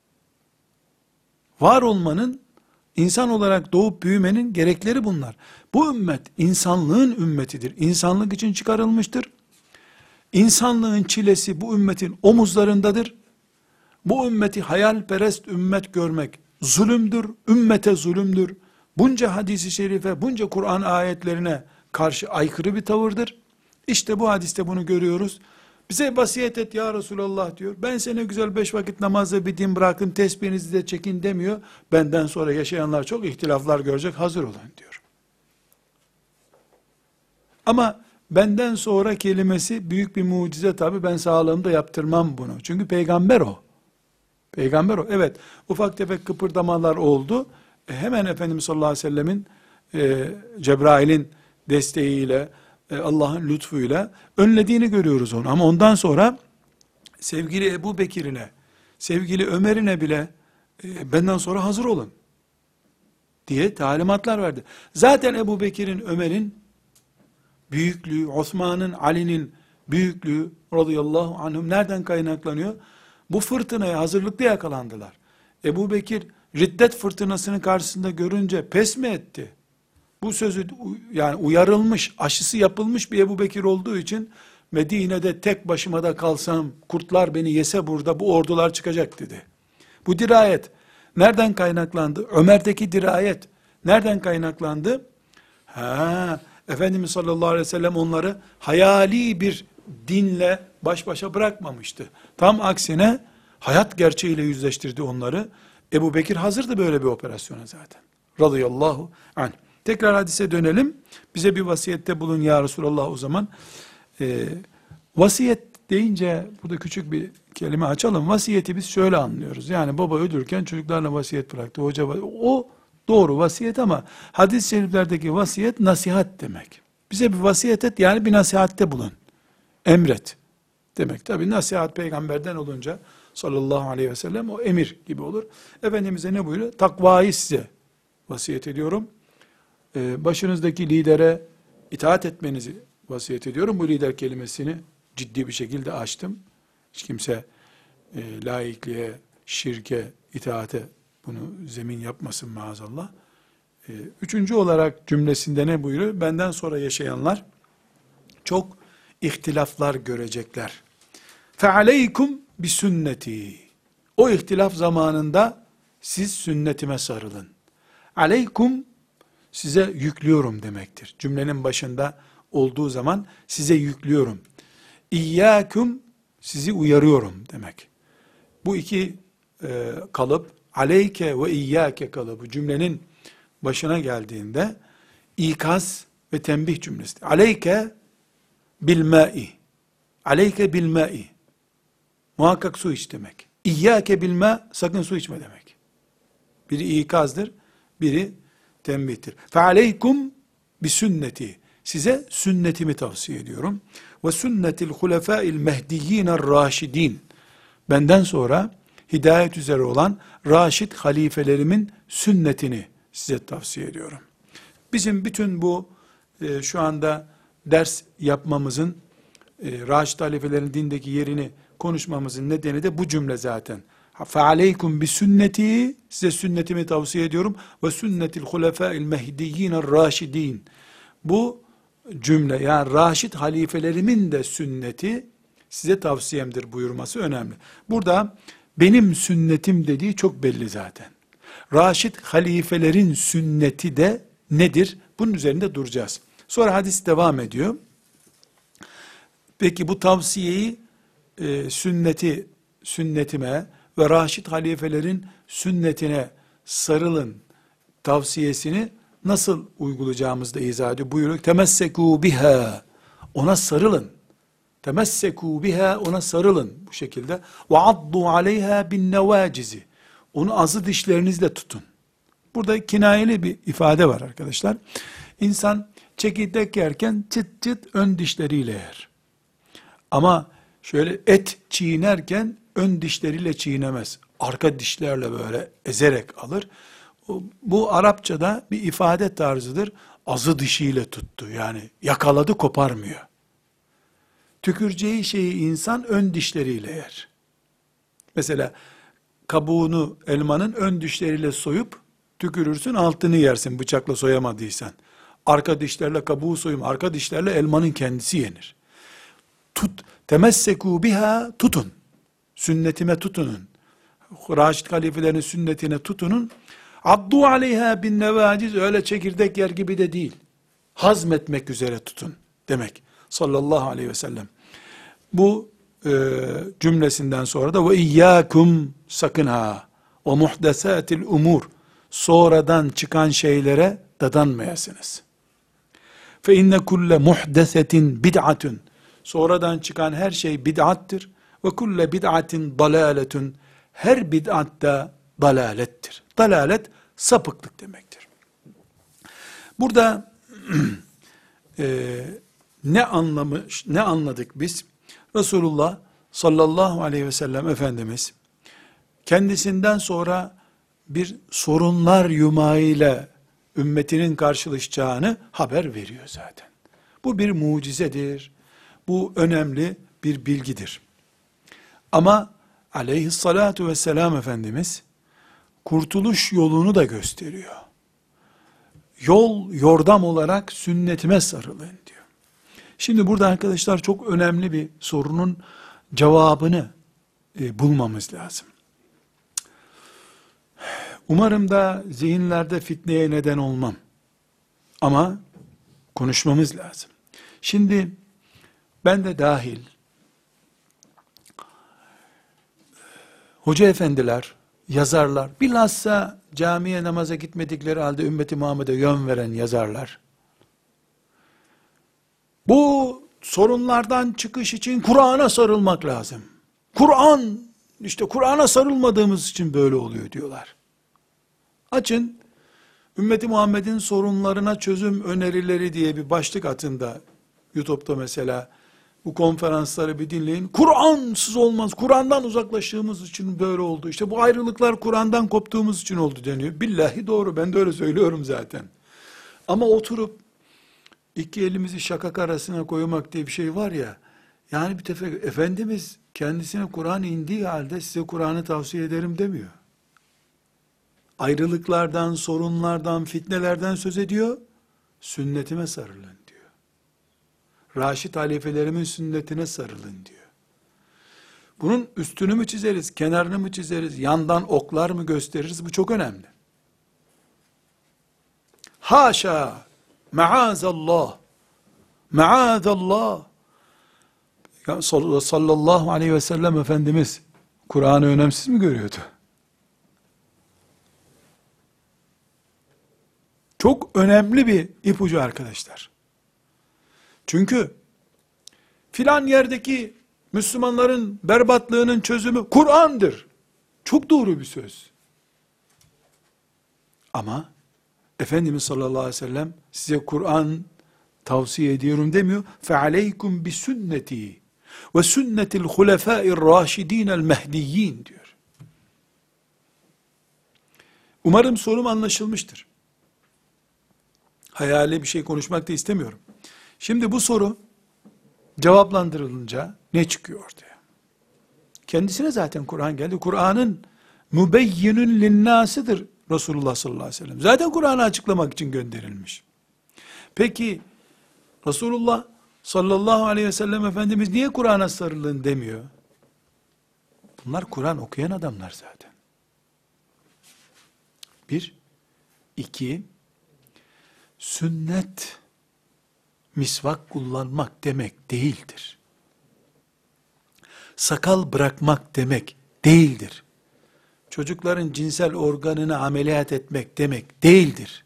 Var olmanın, insan olarak doğup büyümenin gerekleri bunlar. Bu ümmet insanlığın ümmetidir. İnsanlık için çıkarılmıştır. İnsanlığın çilesi bu ümmetin omuzlarındadır. Bu ümmeti hayalperest ümmet görmek zulümdür, ümmete zulümdür. Bunca hadisi şerife, bunca Kur'an ayetlerine karşı aykırı bir tavırdır. İşte bu hadiste bunu görüyoruz. Bize vasiyet et ya Resulallah diyor. Ben seni güzel 5 vakit namazla bir din bırakın, tesbihinizi de çekin demiyor. Benden sonra yaşayanlar çok ihtilaflar görecek, hazır olun diyor. Ama benden sonra kelimesi büyük bir mucize tabi, ben sağlığımda yaptırmam bunu. Çünkü peygamber o. Peygamber o. Evet, ufak tefek kıpırdamalar oldu. Hemen Efendimiz sallallahu aleyhi ve sellemin Cebrail'in desteğiyle, Allah'ın lütfuyla önlediğini görüyoruz onu. Ama ondan sonra sevgili Ebu Bekir'ine, sevgili Ömer'ine bile benden sonra hazır olun diye talimatlar verdi. Zaten Ebu Bekir'in, Ömer'in büyüklüğü, Osman'ın, Ali'nin büyüklüğü radıyallahu anhum nereden kaynaklanıyor? Bu fırtınaya hazırlıklı yakalandılar. Ebu Bekir riddet fırtınasının karşısında görünce pes mi etti? Bu sözü yani uyarılmış, aşısı yapılmış bir Ebu Bekir olduğu için Medine'de tek başıma da kalsam, kurtlar beni yese burada bu ordular çıkacak dedi. Bu dirayet nereden kaynaklandı? Ömer'deki dirayet nereden kaynaklandı? Efendimiz sallallahu aleyhi ve sellem onları hayali bir dinle baş başa bırakmamıştı. Tam aksine hayat gerçeğiyle yüzleştirdi onları. Ebu Bekir hazırdı böyle bir operasyona zaten. Radıyallahu anh. Tekrar hadise dönelim. Bize bir vasiyette bulun ya Resulallah o zaman. Vasiyet deyince burada küçük bir kelime açalım. Vasiyeti biz şöyle anlıyoruz. Yani baba ölürken çocuklarına vasiyet bıraktı. Hoca, o doğru vasiyet ama hadis-i şeriflerdeki vasiyet nasihat demek. Bize bir vasiyet et, yani bir nasihatte bulun. Emret demek. Tabi nasihat peygamberden olunca sallallahu aleyhi ve sellem o emir gibi olur. Efendimiz'e ne buyuruyor? Takvayı size vasiyet ediyorum. Başınızdaki lidere itaat etmenizi vasiyet ediyorum. Bu lider kelimesini ciddi bir şekilde açtım. Hiç kimse laikliğe, şirke, itaate bunu zemin yapmasın maazallah. Üçüncü olarak cümlesinde ne buyuruyor? Benden sonra yaşayanlar çok ihtilaflar görecekler. فَعَلَيْكُمْ بِسُنَّتِي. O ihtilaf zamanında siz sünnetime sarılın. Aleykum size yüklüyorum demektir. Cümlenin başında olduğu zaman size yüklüyorum. İyyâküm sizi uyarıyorum demek. Bu iki kalıp aleyke ve iyyâke kalıbı cümlenin başına geldiğinde ikaz ve tembih cümlesi. Aleyke bilmâ'i. Aleyke bilmâ'i. Muhakkak su iç demek. İyyâke bilmâ, sakın su içme demek. Biri ikazdır, biri tembihtir. فَعَلَيْكُمْ بِسُنَّتِي. Size sünnetimi tavsiye ediyorum. وَسُنَّتِ الْخُلَفَاءِ الْمَهْدِيِّينَ الرَّاشِد۪ينَ. Benden sonra hidayet üzere olan Raşid halifelerimin sünnetini size tavsiye ediyorum. Bizim bütün bu şu anda ders yapmamızın, Raşid halifelerin dindeki yerini konuşmamızın nedeni de bu cümle zaten. فَعَلَيْكُمْ بِسُنَّتِي. Size sünnetimi tavsiye ediyorum. وَسُنَّتِ الْخُلَفَاءِ الْمَهْدِيِّينَ الرَّاشِد۪ينَ. Bu cümle, yani Raşid halifelerimin de sünneti size tavsiyemdir buyurması önemli. Burada benim sünnetim dediği çok belli zaten. Raşid halifelerin sünneti de nedir? Bunun üzerinde duracağız. Sonra hadis devam ediyor. Peki bu tavsiyeyi sünnetime ve Raşid halifelerin sünnetine sarılın tavsiyesini nasıl uygulayacağımızı da izah ediyor. Buyuruyor. Temessekû biha. Ona sarılın. Temessekû biha. Ona sarılın bu şekilde. Ve addu aleyha bin nevacizi. Onu azı dişlerinizle tutun. Burada kinayeli bir ifade var arkadaşlar. İnsan çekirdek yerken çıt çıt ön dişleriyle yer. Ama şöyle et çiğnerken ön dişleriyle çiğnemez. Arka dişlerle böyle ezerek alır. Bu Arapçada bir ifade tarzıdır. Azı dişiyle tuttu. Yani yakaladı, koparmıyor. Tüküreceği şeyi insan ön dişleriyle yer. Mesela kabuğunu elmanın ön dişleriyle soyup tükürürsün, altını yersin bıçakla soyamadıysan. Arka dişlerle kabuğu soyun, arka dişlerle elmanın kendisi yenir. Temessekû biha, tutun. Sünnetime tutunun. Raşid halifelerin sünnetine tutunun. Addu aleyha bin nevaciz, öyle çekirdek yer gibi de değil. Hazmetmek üzere tutun demek. Sallallahu aleyhi ve sellem. Bu cümlesinden sonra da ve iyyâkum, sakın ha, ve muhdesâtil umur, sonradan çıkan şeylere dadanmayasınız. Fe inne kulle muhdesetin bid'atun, sonradan çıkan her şey bid'attir. Ve kulle bid'atin dalâletun, her bid'at da dalalettir. Dalalet sapıklık demektir. Burada ne anladık biz? Resulullah sallallahu aleyhi ve sellem Efendimiz kendisinden sonra bir sorunlar yumağıyla ümmetinin karşılaşacağını haber veriyor zaten. Bu bir mucizedir. Bu önemli bir bilgidir. Ama aleyhissalatu vesselam Efendimiz kurtuluş yolunu da gösteriyor. Yordam olarak sünnetime sarılın diyor. Şimdi burada arkadaşlar çok önemli bir sorunun cevabını bulmamız lazım. Umarım da zihinlerde fitneye neden olmam. Ama konuşmamız lazım. Şimdi ben de dahil hoca efendiler, yazarlar, bilhassa camiye namaza gitmedikleri halde ümmeti Muhammed'e yön veren yazarlar, bu sorunlardan çıkış için Kur'an'a sarılmak lazım. Kur'an'a sarılmadığımız için böyle oluyor diyorlar. Açın, ümmeti Muhammed'in sorunlarına çözüm önerileri diye bir başlık atın YouTube'da mesela, bu konferansları bir dinleyin. Kur'ansız olmaz, Kur'an'dan uzaklaştığımız için böyle oldu. İşte bu ayrılıklar Kur'an'dan koptuğumuz için oldu deniyor. Billahi doğru, ben de öyle söylüyorum zaten. Ama oturup iki elimizi şakak arasına koymak diye bir şey var ya, yani bir defa Efendimiz kendisine Kur'an indiği halde size Kur'an'ı tavsiye ederim demiyor. Ayrılıklardan, sorunlardan, fitnelerden söz ediyor. Sünnetime sarılın diyor. Raşid halifelerimin sünnetine sarılın diyor. Bunun üstünü mü çizeriz, kenarını mı çizeriz, yandan oklar mı gösteririz? Bu çok önemli. Haşa, maazallah, maazallah. Sallallahu aleyhi ve sellem Efendimiz Kur'an'ı önemsiz mi görüyordu? Çok önemli bir ipucu arkadaşlar. Çünkü filan yerdeki Müslümanların berbatlığının çözümü Kur'an'dır. Çok doğru bir söz. Ama Efendimiz sallallahu aleyhi ve sellem size Kur'an tavsiye ediyorum demiyor. فَعَلَيْكُمْ بِسُنَّتِي وَسُنَّةِ الْخُلَفَاءِ الرَّاشِد۪ينَ الْمَهْدِيِّينَ diyor. Umarım sorum anlaşılmıştır. Hayali bir şey konuşmak da istemiyorum. Şimdi bu soru cevaplandırılınca ne çıkıyor ortaya? Kendisine zaten Kur'an geldi. Kur'an'ın mübeyyinün linnâsidir Resulullah sallallahu aleyhi ve sellem. Zaten Kur'an'ı açıklamak için gönderilmiş. Peki Resulullah sallallahu aleyhi ve sellem Efendimiz niye Kur'an'a sarılın demiyor? Bunlar Kur'an okuyan adamlar zaten. Bir. İki, sünnet, misvak kullanmak demek değildir. Sakal bırakmak demek değildir. Çocukların cinsel organını ameliyat etmek demek değildir.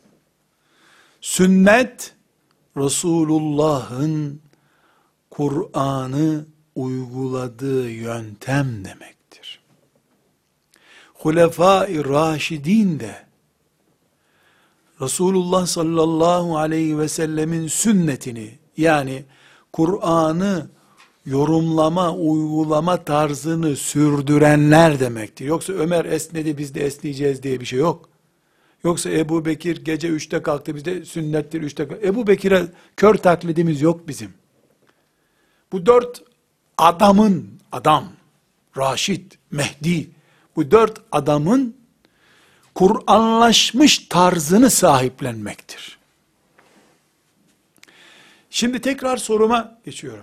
Sünnet, Resulullah'ın Kur'an'ı uyguladığı yöntem demektir. Hulefâ-i Raşidîn de Resulullah sallallahu aleyhi ve sellemin sünnetini, yani Kur'an'ı yorumlama, uygulama tarzını sürdürenler demektir. Yoksa Ömer esnedi, biz de esneyeceğiz diye bir şey yok. Yoksa Ebu Bekir gece 3'te kalktı, biz de sünnettir 3'te kalktı. Ebu Bekir'e kör taklidimiz yok bizim. Bu dört adam, Raşid, Mehdi, bu dört adamın Kur'anlaşmış tarzını sahiplenmektir. Şimdi tekrar soruma geçiyorum.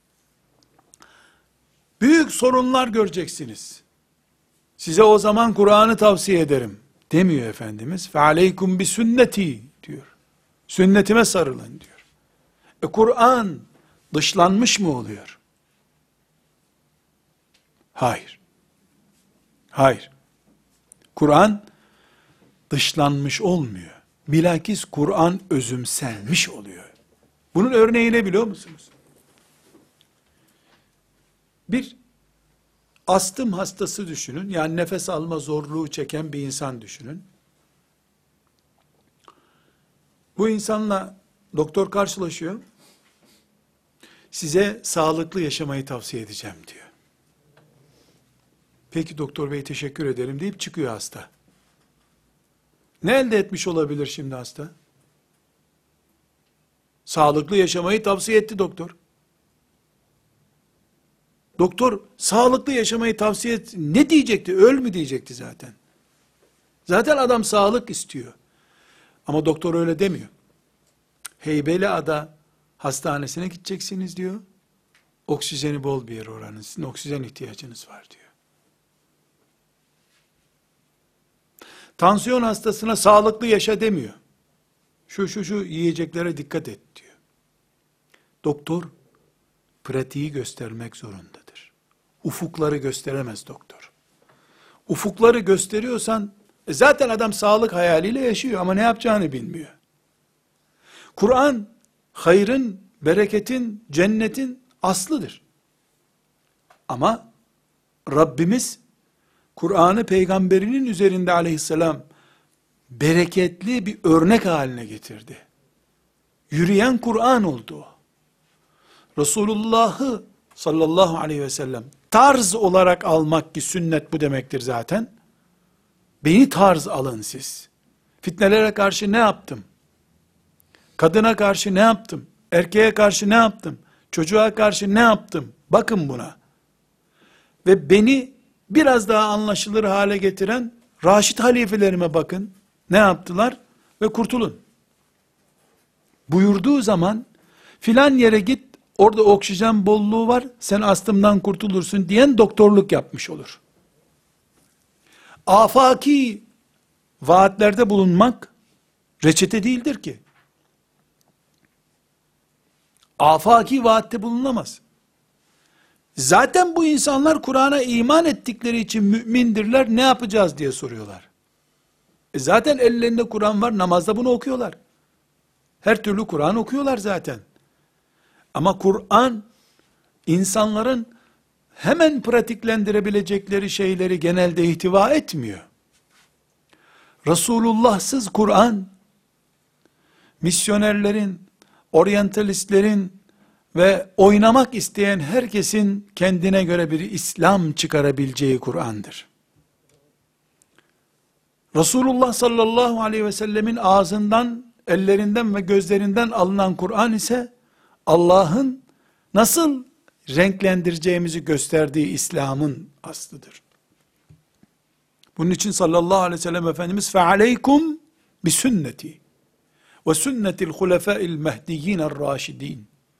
Büyük sorunlar göreceksiniz. Size o zaman Kur'an'ı tavsiye ederim demiyor Efendimiz. فَعَلَيْكُمْ بِسُنَّتِي diyor. Sünnetime sarılın diyor. Kur'an dışlanmış mı oluyor? Hayır. Hayır. Kur'an dışlanmış olmuyor. Bilakis Kur'an özümsenmiş oluyor. Bunun örneği ne biliyor musunuz? Bir astım hastası düşünün. Yani nefes alma zorluğu çeken bir insan düşünün. Bu insanla doktor karşılaşıyor. Size sağlıklı yaşamayı tavsiye edeceğim diyor. Peki doktor bey, teşekkür ederim deyip çıkıyor hasta. Ne elde etmiş olabilir şimdi hasta? Sağlıklı yaşamayı tavsiye etti doktor. Doktor sağlıklı yaşamayı tavsiye etti. Ne diyecekti? Öl mü diyecekti zaten. Zaten adam sağlık istiyor. Ama doktor öyle demiyor. Heybeliada hastanesine gideceksiniz diyor. Oksijeni bol bir yer oranın. Sizin oksijen ihtiyacınız var diyor. Tansiyon hastasına sağlıklı yaşa demiyor. Şu yiyeceklere dikkat et diyor. Doktor pratiği göstermek zorundadır. Ufukları gösteremez doktor. Ufukları gösteriyorsan zaten adam sağlık hayaliyle yaşıyor ama ne yapacağını bilmiyor. Kur'an hayrın, bereketin, cennetin aslıdır. Ama Rabbimiz Kur'an'ı peygamberinin üzerinde aleyhisselam bereketli bir örnek haline getirdi. Yürüyen Kur'an oldu o. Resulullah'ı sallallahu aleyhi ve sellem tarz olarak almak, ki sünnet bu demektir zaten. Beni tarz alın siz. Fitnelere karşı ne yaptım? Kadına karşı ne yaptım? Erkeğe karşı ne yaptım? Çocuğa karşı ne yaptım? Bakın buna. Ve beni biraz daha anlaşılır hale getiren Raşid halifelerime bakın. Ne yaptılar? Ve kurtulun. Buyurduğu zaman filan yere git, orada oksijen bolluğu var, sen astımdan kurtulursun diyen doktorluk yapmış olur. Afaki vaatlerde bulunmak reçete değildir ki. Afaki vaatte bulunamaz. Zaten bu insanlar Kur'an'a iman ettikleri için mümindirler, ne yapacağız diye soruyorlar. Zaten ellerinde Kur'an var, namazda bunu okuyorlar. Her türlü Kur'an okuyorlar zaten. Ama Kur'an, insanların hemen pratiklendirebilecekleri şeyleri genelde ihtiva etmiyor. Resulullahsız Kur'an, misyonerlerin, oryantalistlerin ve oynamak isteyen herkesin kendine göre bir İslam çıkarabileceği Kur'an'dır. Resulullah sallallahu aleyhi ve sellemin ağzından, ellerinden ve gözlerinden alınan Kur'an ise Allah'ın nasıl renklendireceğimizi gösterdiği İslam'ın aslıdır. Bunun için sallallahu aleyhi ve sellem Efendimiz فَعَلَيْكُمْ بِسُنَّتِي وَسُنَّةِ الْخُلَفَاءِ الْمَهْدِيِّينَ الرَّاشِدِينَ.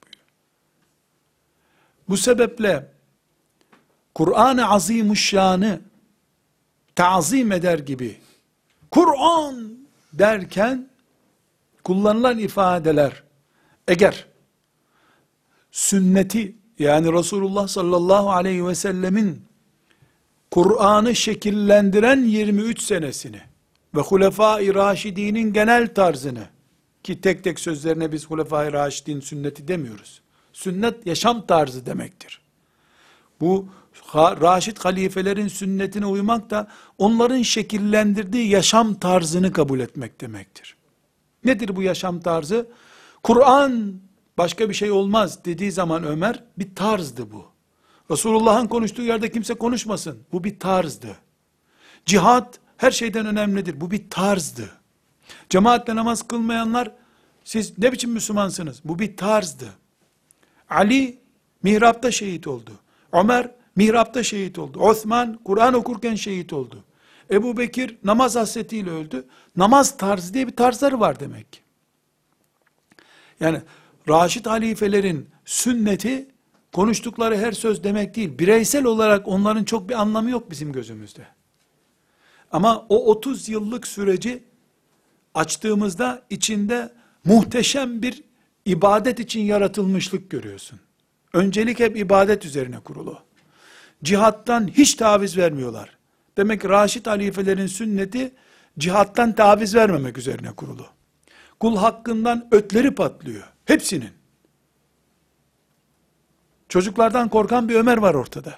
Bu sebeple Kur'an-ı Azimuşşan'ı ta'zim eder gibi Kur'an derken kullanılan ifadeler eğer sünneti yani Resulullah sallallahu aleyhi ve sellemin Kur'an'ı şekillendiren 23 senesini ve Hulefâ-i Raşidî'nin genel tarzını, ki tek tek sözlerine biz Hulefâ-i Raşidîn sünneti demiyoruz. Sünnet yaşam tarzı demektir. Bu Raşid halifelerin sünnetine uymak da onların şekillendirdiği yaşam tarzını kabul etmek demektir. Nedir bu yaşam tarzı? Kur'an başka bir şey olmaz dediği zaman Ömer bir tarzdı bu. Resulullah'ın konuştuğu yerde kimse konuşmasın. Bu bir tarzdı. Cihad her şeyden önemlidir. Bu bir tarzdı. Cemaatle namaz kılmayanlar siz ne biçim Müslümansınız? Bu bir tarzdı. Ali mihrapta şehit oldu. Ömer mihrapta şehit oldu. Osman Kur'an okurken şehit oldu. Ebu Bekir namaz hasretiyle öldü. Namaz tarzı diye bir tarzları var demek ki. Yani Raşid halifelerin sünneti konuştukları her söz demek değil. Bireysel olarak onların çok bir anlamı yok bizim gözümüzde. Ama o 30 yıllık süreci açtığımızda içinde muhteşem bir ibadet için yaratılmışlık görüyorsun. Öncelik hep ibadet üzerine kurulu. Cihattan hiç taviz vermiyorlar. Demek ki Raşid halifelerin sünneti cihattan taviz vermemek üzerine kurulu. Kul hakkından ötleri patlıyor. Hepsinin. Çocuklardan korkan bir Ömer var ortada.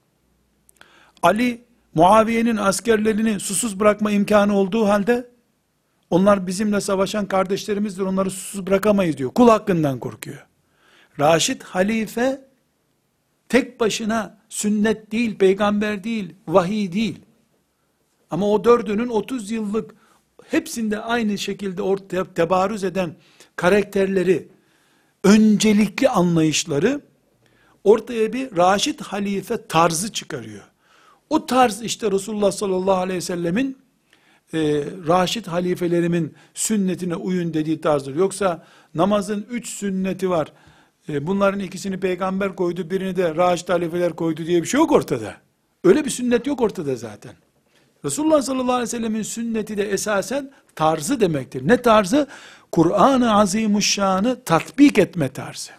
Ali, Muaviye'nin askerlerini susuz bırakma imkanı olduğu halde, onlar bizimle savaşan kardeşlerimizdir, onları susuz bırakamayız diyor. Kul hakkından korkuyor. Raşid halife, tek başına sünnet değil, peygamber değil, vahiy değil. Ama o dördünün 30 yıllık, hepsinde aynı şekilde ortaya tebarüz eden karakterleri, öncelikli anlayışları, ortaya bir Raşid halife tarzı çıkarıyor. O tarz işte Resulullah sallallahu aleyhi ve sellemin Raşid halifelerimin sünnetine uyun dediği tarzdır. Yoksa namazın 3 sünneti var. Bunların ikisini peygamber koydu, birini de Raşid halifeler koydu diye bir şey yok ortada. Öyle bir sünnet yok ortada zaten. Resulullah sallallahu aleyhi ve sellemin sünneti de esasen tarzı demektir. Ne tarzı? Kur'an-ı Azimuşşan'ı tatbik etme tarzı.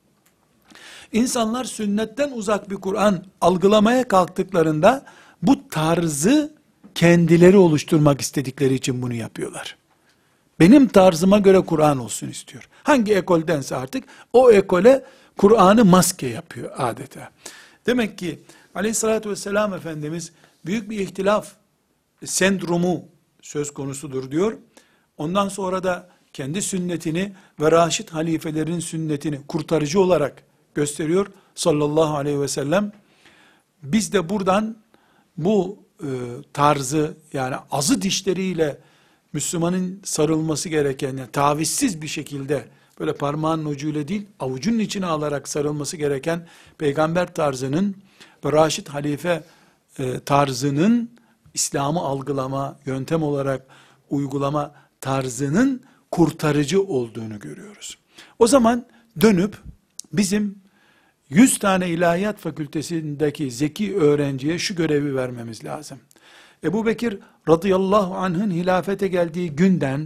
İnsanlar sünnetten uzak bir Kur'an algılamaya kalktıklarında bu tarzı kendileri oluşturmak istedikleri için bunu yapıyorlar. Benim tarzıma göre Kur'an olsun istiyor. Hangi ekoldense artık o ekole Kur'an'ı maske yapıyor adeta. Demek ki aleyhissalatü vesselam Efendimiz büyük bir ihtilaf sendromu söz konusudur diyor. Ondan sonra da kendi sünnetini ve Raşid halifelerin sünnetini kurtarıcı olarak gösteriyor sallallahu aleyhi ve sellem. Biz de buradan bu tarzı, yani azı dişleriyle Müslümanın sarılması gereken, yani tavizsiz bir şekilde böyle parmağın ucuyla değil avucunun içine alarak sarılması gereken peygamber tarzının ve Raşid halife tarzının İslam'ı algılama, yöntem olarak uygulama tarzının kurtarıcı olduğunu görüyoruz. O zaman dönüp bizim 100 tane ilahiyat fakültesindeki zeki öğrenciye şu görevi vermemiz lazım. Ebu Bekir radıyallahu anh'ın hilafete geldiği günden,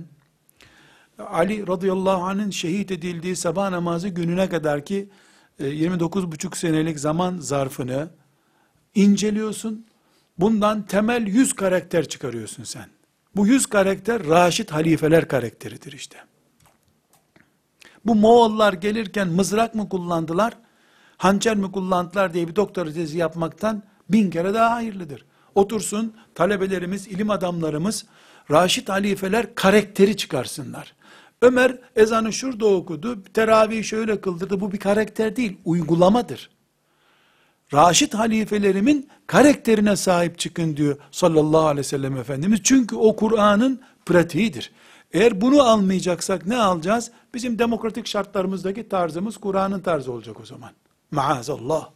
Ali radıyallahu anh'ın şehit edildiği sabah namazı gününe kadar ki 29,5 senelik zaman zarfını inceliyorsun. Bundan temel 100 karakter çıkarıyorsun sen. Bu 100 karakter Raşid halifeler karakteridir işte. Bu Moğollar gelirken mızrak mı kullandılar, hançer mi kullandılar diye bir doktora tezi yapmaktan 1000 kere daha hayırlıdır. Otursun talebelerimiz, ilim adamlarımız Raşid halifeler karakteri çıkarsınlar. Ömer ezanı şurada okudu, teravih şöyle kıldırdı. Bu bir karakter değil, uygulamadır. Raşid halifelerimin karakterine sahip çıkın diyor sallallahu aleyhi ve sellem Efendimiz. Çünkü o Kur'an'ın pratiğidir. Eğer bunu almayacaksak ne alacağız? Bizim demokratik şartlarımızdaki tarzımız Kur'an'ın tarzı olacak o zaman. Maazallah.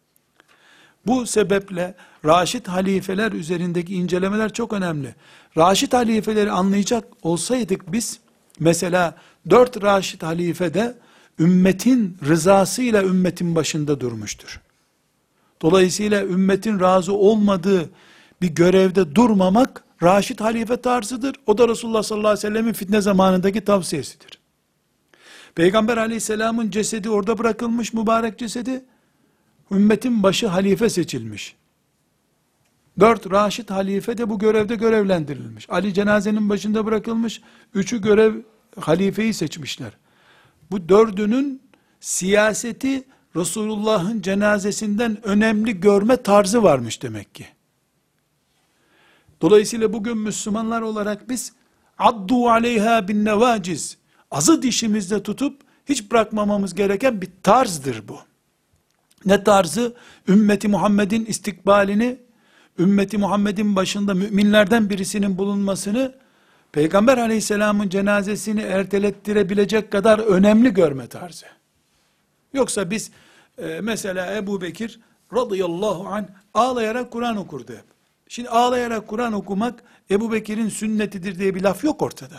Bu sebeple Raşid halifeler üzerindeki incelemeler çok önemli. Raşid halifeleri anlayacak olsaydık biz, mesela 4 Raşid halife de ümmetin rızasıyla ümmetin başında durmuştur. Dolayısıyla ümmetin razı olmadığı bir görevde durmamak Raşid halife tarzıdır. O da Resulullah sallallahu aleyhi ve sellemin fitne zamanındaki tavsiyesidir. Peygamber aleyhisselamın cesedi orada bırakılmış, mübarek cesedi. Ümmetin başı halife seçilmiş. 4 Raşid halife de bu görevde görevlendirilmiş. Ali cenazenin başında bırakılmış. 3'ü görev halifeyi seçmişler. Bu 4'ünün siyaseti Resulullah'ın cenazesinden önemli görme tarzı varmış demek ki. Dolayısıyla bugün Müslümanlar olarak biz addu aleyha bin nevaciz, azı dişimizde tutup hiç bırakmamamız gereken bir tarzdır bu. Ne tarzı? Ümmeti Muhammed'in istikbalini, ümmeti Muhammed'in başında müminlerden birisinin bulunmasını, Peygamber aleyhisselamın cenazesini ertelettirebilecek kadar önemli görme tarzı. Yoksa biz mesela Ebu Bekir radıyallahu anh ağlayarak Kur'an okurdu hep. Şimdi ağlayarak Kur'an okumak Ebu Bekir'in sünnetidir diye bir laf yok ortada.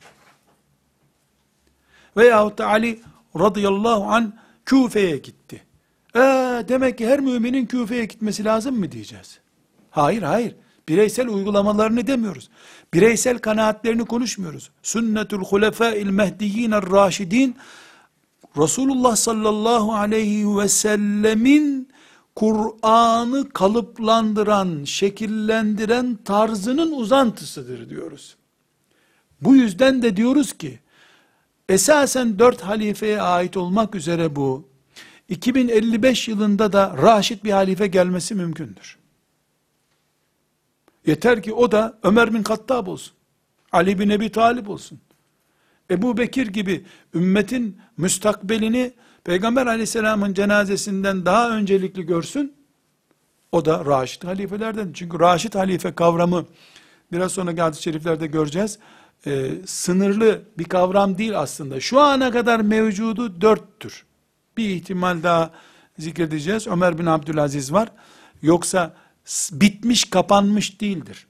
Veyahut da Ali radıyallahu anh Küfe'ye gitti. Demek ki her müminin Küfe'ye gitmesi lazım mı diyeceğiz? Hayır, hayır. Bireysel uygulamalarını demiyoruz. Bireysel kanaatlerini konuşmuyoruz. Sünnetul hulefâil mehdiyîner râşidîn, Resulullah sallallahu aleyhi ve sellemin Kur'an'ı kalıplandıran, şekillendiren tarzının uzantısıdır diyoruz. Bu yüzden de diyoruz ki, esasen 4 halifeye ait olmak üzere bu, 2055 yılında da Raşid bir halife gelmesi mümkündür. Yeter ki o da Ömer bin Hattab olsun, Ali bin Ebi Talib olsun. Ebu Bekir gibi ümmetin müstakbelini Peygamber aleyhisselamın cenazesinden daha öncelikli görsün, o da Raşid halifelerden. Çünkü Raşid halife kavramı, biraz sonra hadis-i şeriflerde göreceğiz, sınırlı bir kavram değil aslında. Şu ana kadar mevcudu 4'tür. Bir ihtimal daha zikredeceğiz. Ömer bin Abdülaziz var. Yoksa bitmiş, kapanmış değildir.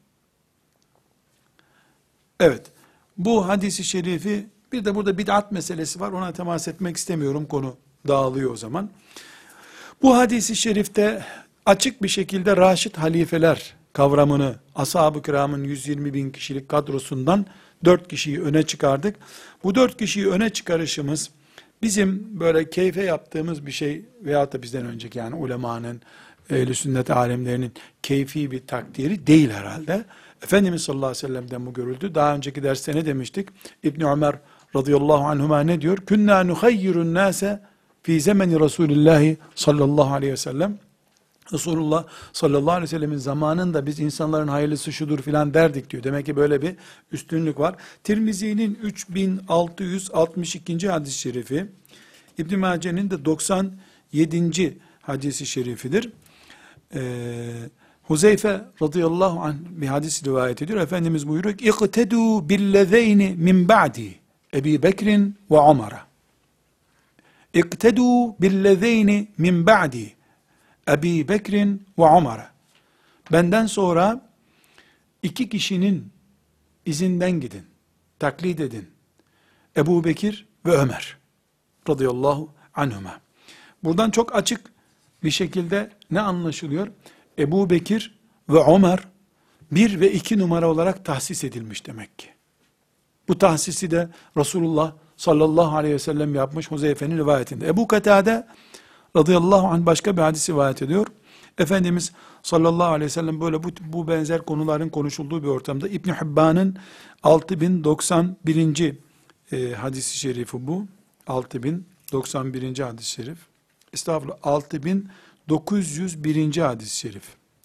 Evet. Bu hadisi şerifi, bir de burada bid'at meselesi var. Ona temas etmek istemiyorum. Konu dağılıyor o zaman. Bu hadisi şerifte açık bir şekilde Raşid halifeler kavramını, ashab-ı kiramın 120 bin kişilik kadrosundan 4 kişiyi öne çıkardık. Bu 4 kişiyi öne çıkarışımız, bizim böyle keyfe yaptığımız bir şey veyahut da bizden önceki yani ulemanın, ehl-i sünnet alemlerinin keyfi bir takdiri değil herhalde. Efendimiz sallallahu aleyhi ve sellem'den bu görüldü. Daha önceki derste ne demiştik? İbn Ömer radıyallahu anhuma ne diyor? Künna nuhayyirun nase fi zemeni Resulullah sallallahu aleyhi ve sellem. Resulullah sallallahu aleyhi ve sellemin zamanında biz insanların hayırlısı şudur filan derdik diyor. Demek ki böyle bir üstünlük var. Tirmizi'nin 3662. hadis-i şerifi, İbn Mace'nin de 97. hadis-i şerifidir. Huzeyfe radıyallahu anh bir hadis rivayet ediyor. Efendimiz buyuruyor ki, İqtedû billezeyni min ba'di Ebi Bekrin ve Umar'a. İqtedû billezeyni min ba'di Ebi Bekrin ve Umar'a. Benden sonra 2 kişinin izinden gidin, taklit edin. Ebu Bekir ve Ömer radıyallahu anhuma. Buradan çok açık bir şekilde ne anlaşılıyor? Ebu Bekir ve Ömer 1 ve 2 numara olarak tahsis edilmiş demek ki. Bu tahsisi de Resulullah sallallahu aleyhi ve sellem yapmış Huzeyfe'nin rivayetinde. Ebu Katade radıyallahu anh başka bir hadis rivayet ediyor. Efendimiz sallallahu aleyhi ve sellem böyle bu benzer konuların konuşulduğu bir ortamda İbn Hibban'ın 6091. hadis-i şerifi bu. 6091. hadis-i şerif. Estağfurullah, 6901. hadis-i şerif.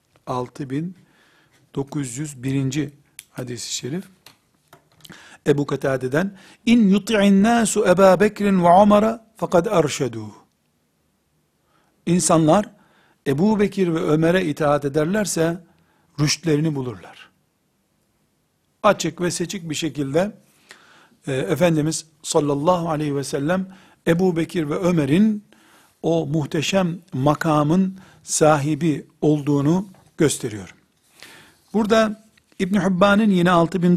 6901. hadis-i şerif. Ebu Katade'den in yuti'in nasu Ebu Bekir'in ve Umar'a fakat erşedû. İnsanlar Ebu Bekir ve Ömer'e itaat ederlerse rüştlerini bulurlar. Açık ve seçik bir şekilde Efendimiz sallallahu aleyhi ve sellem Ebu Bekir ve Ömer'in o muhteşem makamın sahibi olduğunu gösteriyor. Burada İbn Hibban'ın yine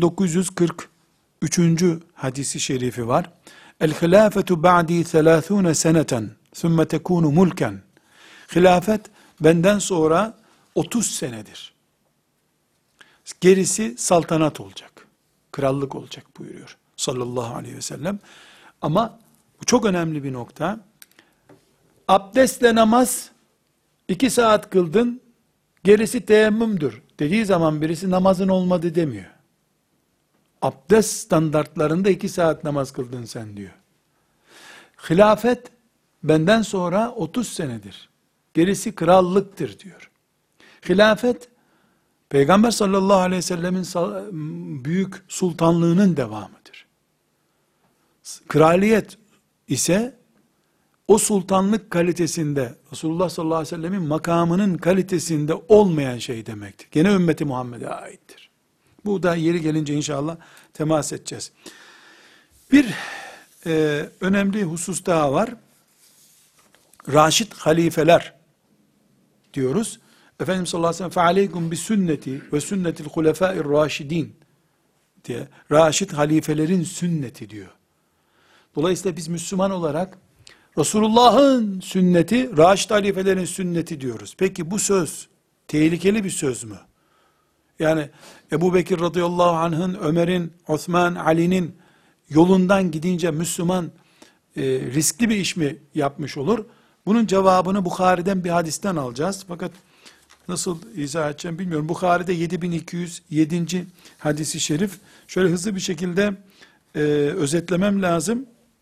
6943. hadisi şerifi var. El hilafetu ba'di 30 seneten thumme tekunu mulken. Hilafet benden sonra 30 senedir. Gerisi saltanat olacak. Krallık olacak buyuruyor sallallahu aleyhi ve sellem. Ama bu çok önemli bir nokta. Abdestle namaz 2 saat kıldın, gerisi teyemmümdür dediği zaman birisi namazın olmadı demiyor. Abdest standartlarında 2 saat namaz kıldın sen diyor. Hilafet benden sonra 30 senedir. Gerisi krallıktır diyor. Hilafet Peygamber sallallahu aleyhi ve sellemin büyük sultanlığının devamıdır. Kraliyet ise o sultanlık kalitesinde, Resulullah sallallahu aleyhi ve sellemin makamının kalitesinde olmayan şey demektir. Gene ümmeti Muhammed'e aittir. Bu da yeri gelince inşallah temas edeceğiz. Bir önemli husus daha var. Raşid halifeler diyoruz. Efendimiz sallallahu aleyhi ve sellem فَعَلَيْكُمْ بِسُنَّتِ وَسُنَّةِ الْخُلَفَاءِ الرَّاشِد۪ينَ diye. Raşid halifelerin sünneti diyor. Dolayısıyla biz Müslüman olarak Resulullah'ın sünneti, Raşid halifelerin sünneti diyoruz. Peki bu söz tehlikeli bir söz mü? Yani Ebu Bekir radıyallahu anh'ın, Ömer'in, Osman, Ali'nin yolundan gidince Müslüman riskli bir iş mi yapmış olur? Bunun cevabını Bukhari'den bir hadisten alacağız. Fakat nasıl izah edeceğim bilmiyorum. Bukhari'de 7207. hadisi şerif. Şöyle hızlı bir şekilde özetlemem lazım.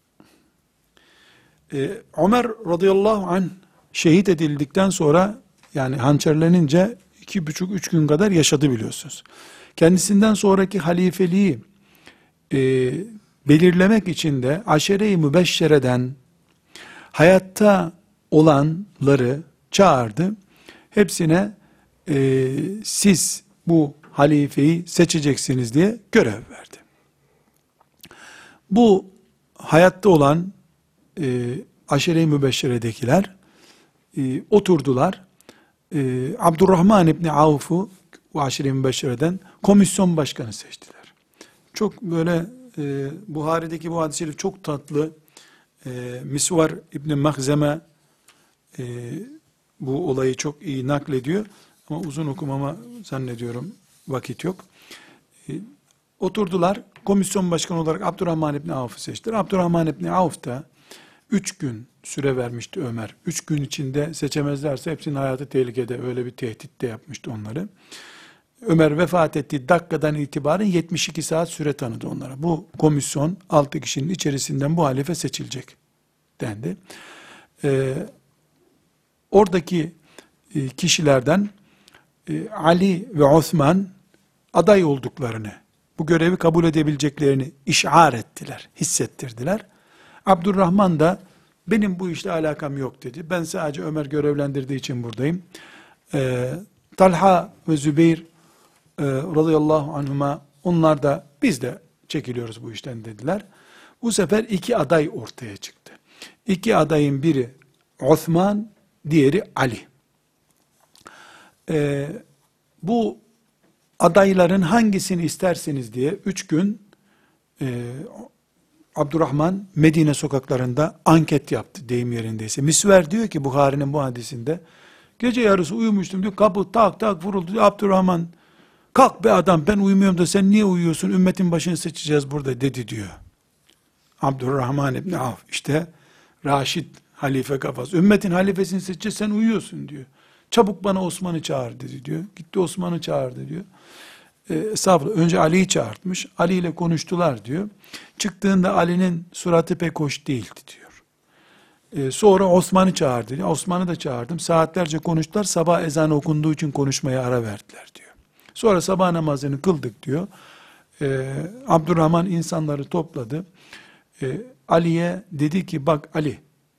Ömer radıyallahu anh şehit edildikten sonra, yani hançerlenince 2,5-3 gün kadar yaşadı biliyorsunuz. Kendisinden sonraki halifeliği belirlemek için de aşere-i mübeşşereden hayatta olanları çağırdı. Hepsine siz bu halifeyi seçeceksiniz diye görev verdi. Bu hayatta olan aşere-i mübeşşeredekiler oturdular. Abdurrahman İbni Avf'u bu aşire-i mübeşşereden komisyon başkanı seçtiler. Çok böyle Buhari'deki bu hadis-i şerif çok tatlı. Misvar İbni Mahzeme bu olayı çok iyi naklediyor. Ama uzun okumama zannediyorum, vakit yok. Oturdular, komisyon başkanı olarak Abdurrahman İbni Avf'ı seçtiler. Abdurrahman İbni Avf da 3 gün süre vermişti Ömer. 3 gün içinde seçemezlerse hepsinin hayatı tehlikede, öyle bir tehdit de yapmıştı onları. Ömer vefat ettiği dakikadan itibaren 72 saat süre tanıdı onlara. Bu komisyon 6 kişinin içerisinden bu halife seçilecek dendi. Oradaki kişilerden Ali ve Osman aday olduklarını, bu görevi kabul edebileceklerini işaret ettiler, hissettirdiler. Abdurrahman da benim bu işle alakam yok dedi. Ben sadece Ömer görevlendirdiği için buradayım. Talha ve Zübeyir radıyallahu anhuma, onlar da biz de çekiliyoruz bu işten dediler. Bu sefer 2 aday ortaya çıktı. 2 adayın biri Osman, diğeri Ali. Bu adayların hangisini isterseniz diye 3 gün Abdurrahman Medine sokaklarında anket yaptı deyim yerindeyse. Misver diyor ki Buhari'nin bu hadisinde, gece yarısı uyumuştum diyor, kapı tak tak vuruldu diyor. Abdurrahman, kalk be adam, ben uyumuyorum da sen niye uyuyorsun, ümmetin başını seçeceğiz burada dedi diyor. Abdurrahman İbni Avf işte Raşid halife kafası. Ümmetin halifesini seçeceğiz, sen uyuyorsun diyor. Çabuk bana Osman'ı çağır dedi diyor. Gitti Osman'ı çağırdı diyor. Estağfurullah, önce Ali'yi çağırtmış. Ali ile konuştular diyor. Çıktığında Ali'nin suratı pek hoş değildi diyor. Sonra Osman'ı çağırdı diyor. Osman'ı da çağırdım. Saatlerce konuştular. Sabah ezanı okunduğu için konuşmaya ara verdiler diyor. Sonra sabah namazını kıldık diyor. Abdurrahman insanları topladı. Ali'ye dedi ki, bak Ali,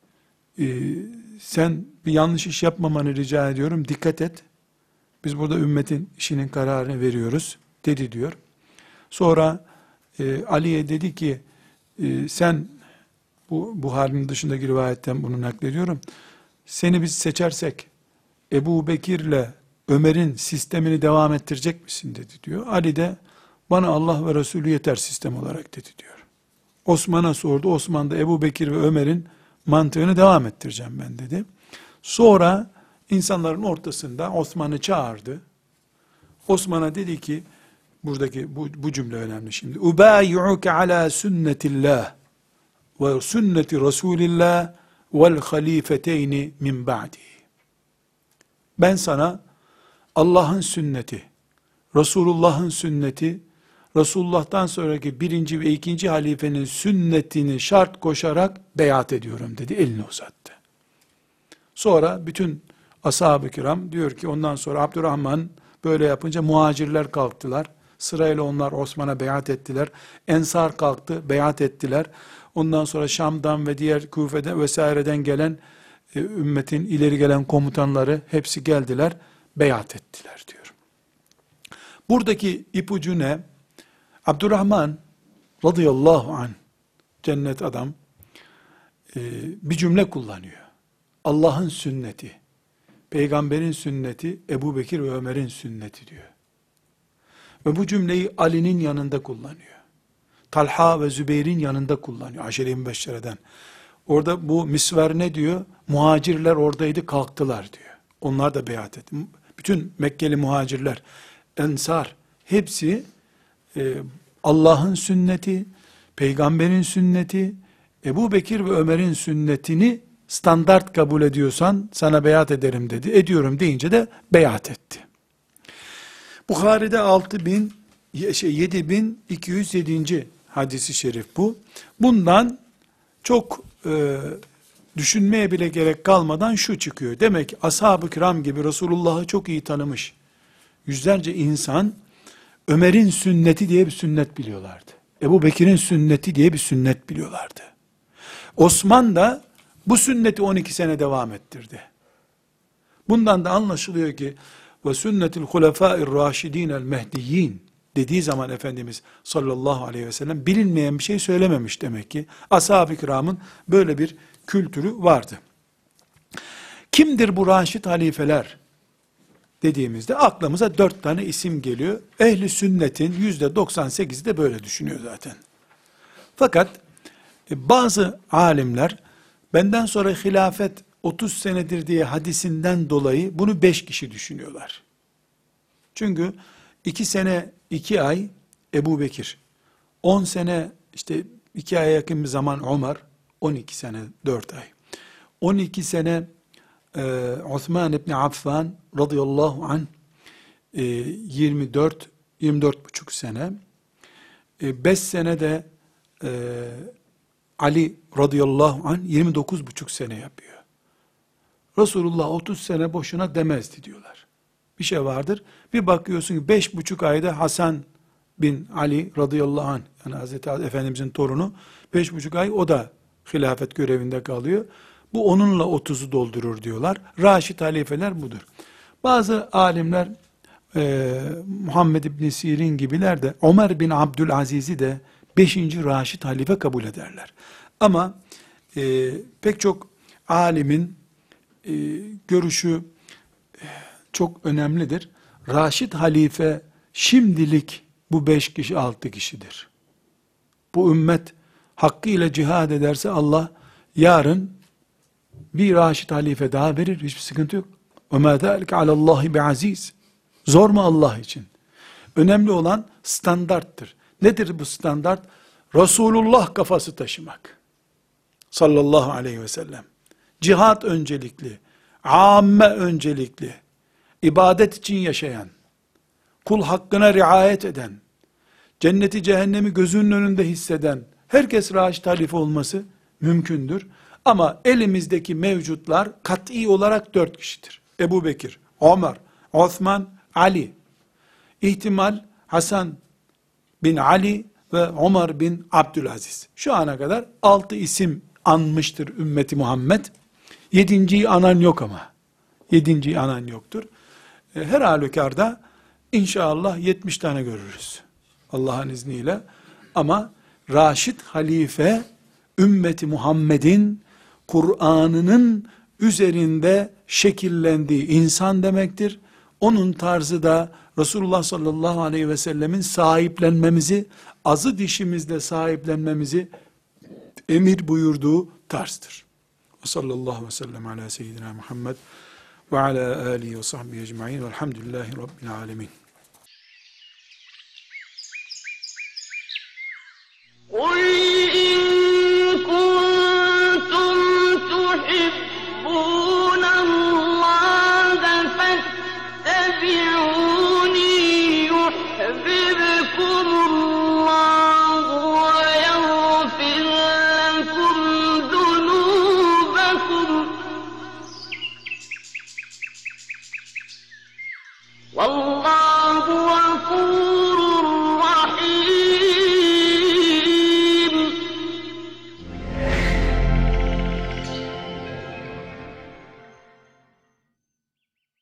sen bir yanlış iş yapmamanı rica ediyorum, dikkat et. Biz burada ümmetin işinin kararını veriyoruz dedi diyor. Sonra Ali'ye dedi ki, sen, bu Buhari'nin dışındaki rivayetten bunu naklediyorum, seni biz seçersek Ebu Bekir'le Ömer'in sistemini devam ettirecek misin dedi diyor. Ali de bana Allah ve Resulü yeter sistem olarak dedi diyor. Osman'a sordu. Osman da Ebu Bekir ve Ömer'in mantığını devam ettireceğim ben dedi. Sonra insanların ortasında Osman'ı çağırdı. Osman'a dedi ki, buradaki bu cümle önemli şimdi. Ubayi'uke ala sünnetillah ve sünneti Resulillah vel halifeteyni min ba'di. Ben sana Allah'ın sünneti, Resulullah'ın sünneti, Resulullah'tan sonraki birinci ve ikinci halifenin sünnetini şart koşarak beyat ediyorum dedi, elini uzattı. Sonra bütün ashab-ı kiram diyor ki ondan sonra Abdurrahman böyle yapınca muhacirler kalktılar. Sırayla onlar Osman'a beyat ettiler. Ensar kalktı, beyat ettiler. Ondan sonra Şam'dan ve diğer Küfe'den vesaireden gelen ümmetin ileri gelen komutanları hepsi geldiler, beyat ettiler diyor. Buradaki ipucu ne? Abdurrahman radıyallahu anh, cennet adam, bir cümle kullanıyor. Allah'ın sünneti, peygamberin sünneti, Ebu Bekir ve Ömer'in sünneti diyor. Ve bu cümleyi Ali'nin yanında kullanıyor. Talha ve Zübeyir'in yanında kullanıyor. Aşere-i Mübeşşere'den. Orada bu misver ne diyor? Muhacirler oradaydı, kalktılar diyor. Onlar da beyat etti. Bütün Mekkeli muhacirler, ensar, hepsi Allah'ın sünneti, peygamberin sünneti, Ebu Bekir ve Ömer'in sünnetini standart kabul ediyorsan sana beyat ederim dedi. Ediyorum deyince de beyat etti. Bukhari'de 7207. hadisi şerif bu. Bundan çok düşünmeye bile gerek kalmadan şu çıkıyor. Demek ki ashab-ı kiram gibi Resulullah'ı çok iyi tanımış yüzlerce insan Ömer'in sünneti diye bir sünnet biliyorlardı. Ebu Bekir'in sünneti diye bir sünnet biliyorlardı. Osman da bu sünneti 12 sene devam ettirdi. Bundan da anlaşılıyor ki ve sünnetil hulefâir râşidînel mehdiyyin dediği zaman Efendimiz sallallahu aleyhi ve sellem bilinmeyen bir şey söylememiş demek ki. Ashab-ı kiramın böyle bir kültürü vardı. Kimdir bu raşid halifeler dediğimizde aklımıza 4 tane isim geliyor. Ehli sünnetin %98'i de böyle düşünüyor zaten. Fakat bazı alimler benden sonra hilafet 30 senedir diye hadisinden dolayı bunu 5 kişi düşünüyorlar. Çünkü 2 sene 2 ay Ebu Bekir, 10 sene işte 2 aya yakın bir zaman Ömer, 12 sene 4 ay, 12 sene Osman İbni Affan radıyallahu anh 24 buçuk sene, 5 sene de Ali radıyallahu anh 29 buçuk sene yapıyor. Resulullah 30 sene boşuna demezdi diyorlar. Bir şey vardır. Bir bakıyorsun ki 5,5 ayda Hasan bin Ali radıyallahu anh, yani Hazreti Efendimizin torunu, 5,5 ay o da hilafet görevinde kalıyor. Bu onunla 30'u doldurur diyorlar. Raşid halifeler budur. Bazı alimler Muhammed İbn Sirin gibiler de Ömer bin Abdülaziz'i de 5. Raşid halife kabul ederler. Ama pek çok alimin görüşü çok önemlidir. Raşid halife şimdilik bu 5 kişi 6 kişidir. Bu ümmet hakkıyla cihad ederse Allah yarın bir Raşid halife daha verir. Hiçbir sıkıntı yok. وَمَا ذَٰلِكَ عَلَى اللّٰهِ بِعَز۪يزٍ. Zor mu Allah için? Önemli olan standarttır. Nedir bu standart? Resulullah kafası taşımak. Sallallahu aleyhi ve sellem. Cihad öncelikli, amme öncelikli, ibadet için yaşayan, kul hakkına riayet eden, cenneti cehennemi gözünün önünde hisseden, herkes Raşid halife olması mümkündür. Ama elimizdeki mevcutlar kat'i olarak 4 kişidir. Ebu Bekir, Ömer, Osman, Ali. İhtimal Hasan bin Ali ve Ömer bin Abdülaziz. Şu ana kadar 6 isim anmıştır ümmeti Muhammed. 7.'yi anan yok ama. 7.'yi anan yoktur. Her halükarda inşallah 70 tane görürüz. Allah'ın izniyle. Ama Raşid halife ümmeti Muhammed'in Kur'an'ının üzerinde şekillendiği insan demektir. Onun tarzı da Resulullah sallallahu aleyhi ve sellemin sahiplenmemizi, azı dişimizle sahiplenmemizi emir buyurduğu tarzdır. Sallallahu aleyhi ve sellem ala seyyidina Muhammed ve ala alihi ve sahbihi ecma'in velhamdülillahi rabbil alemin.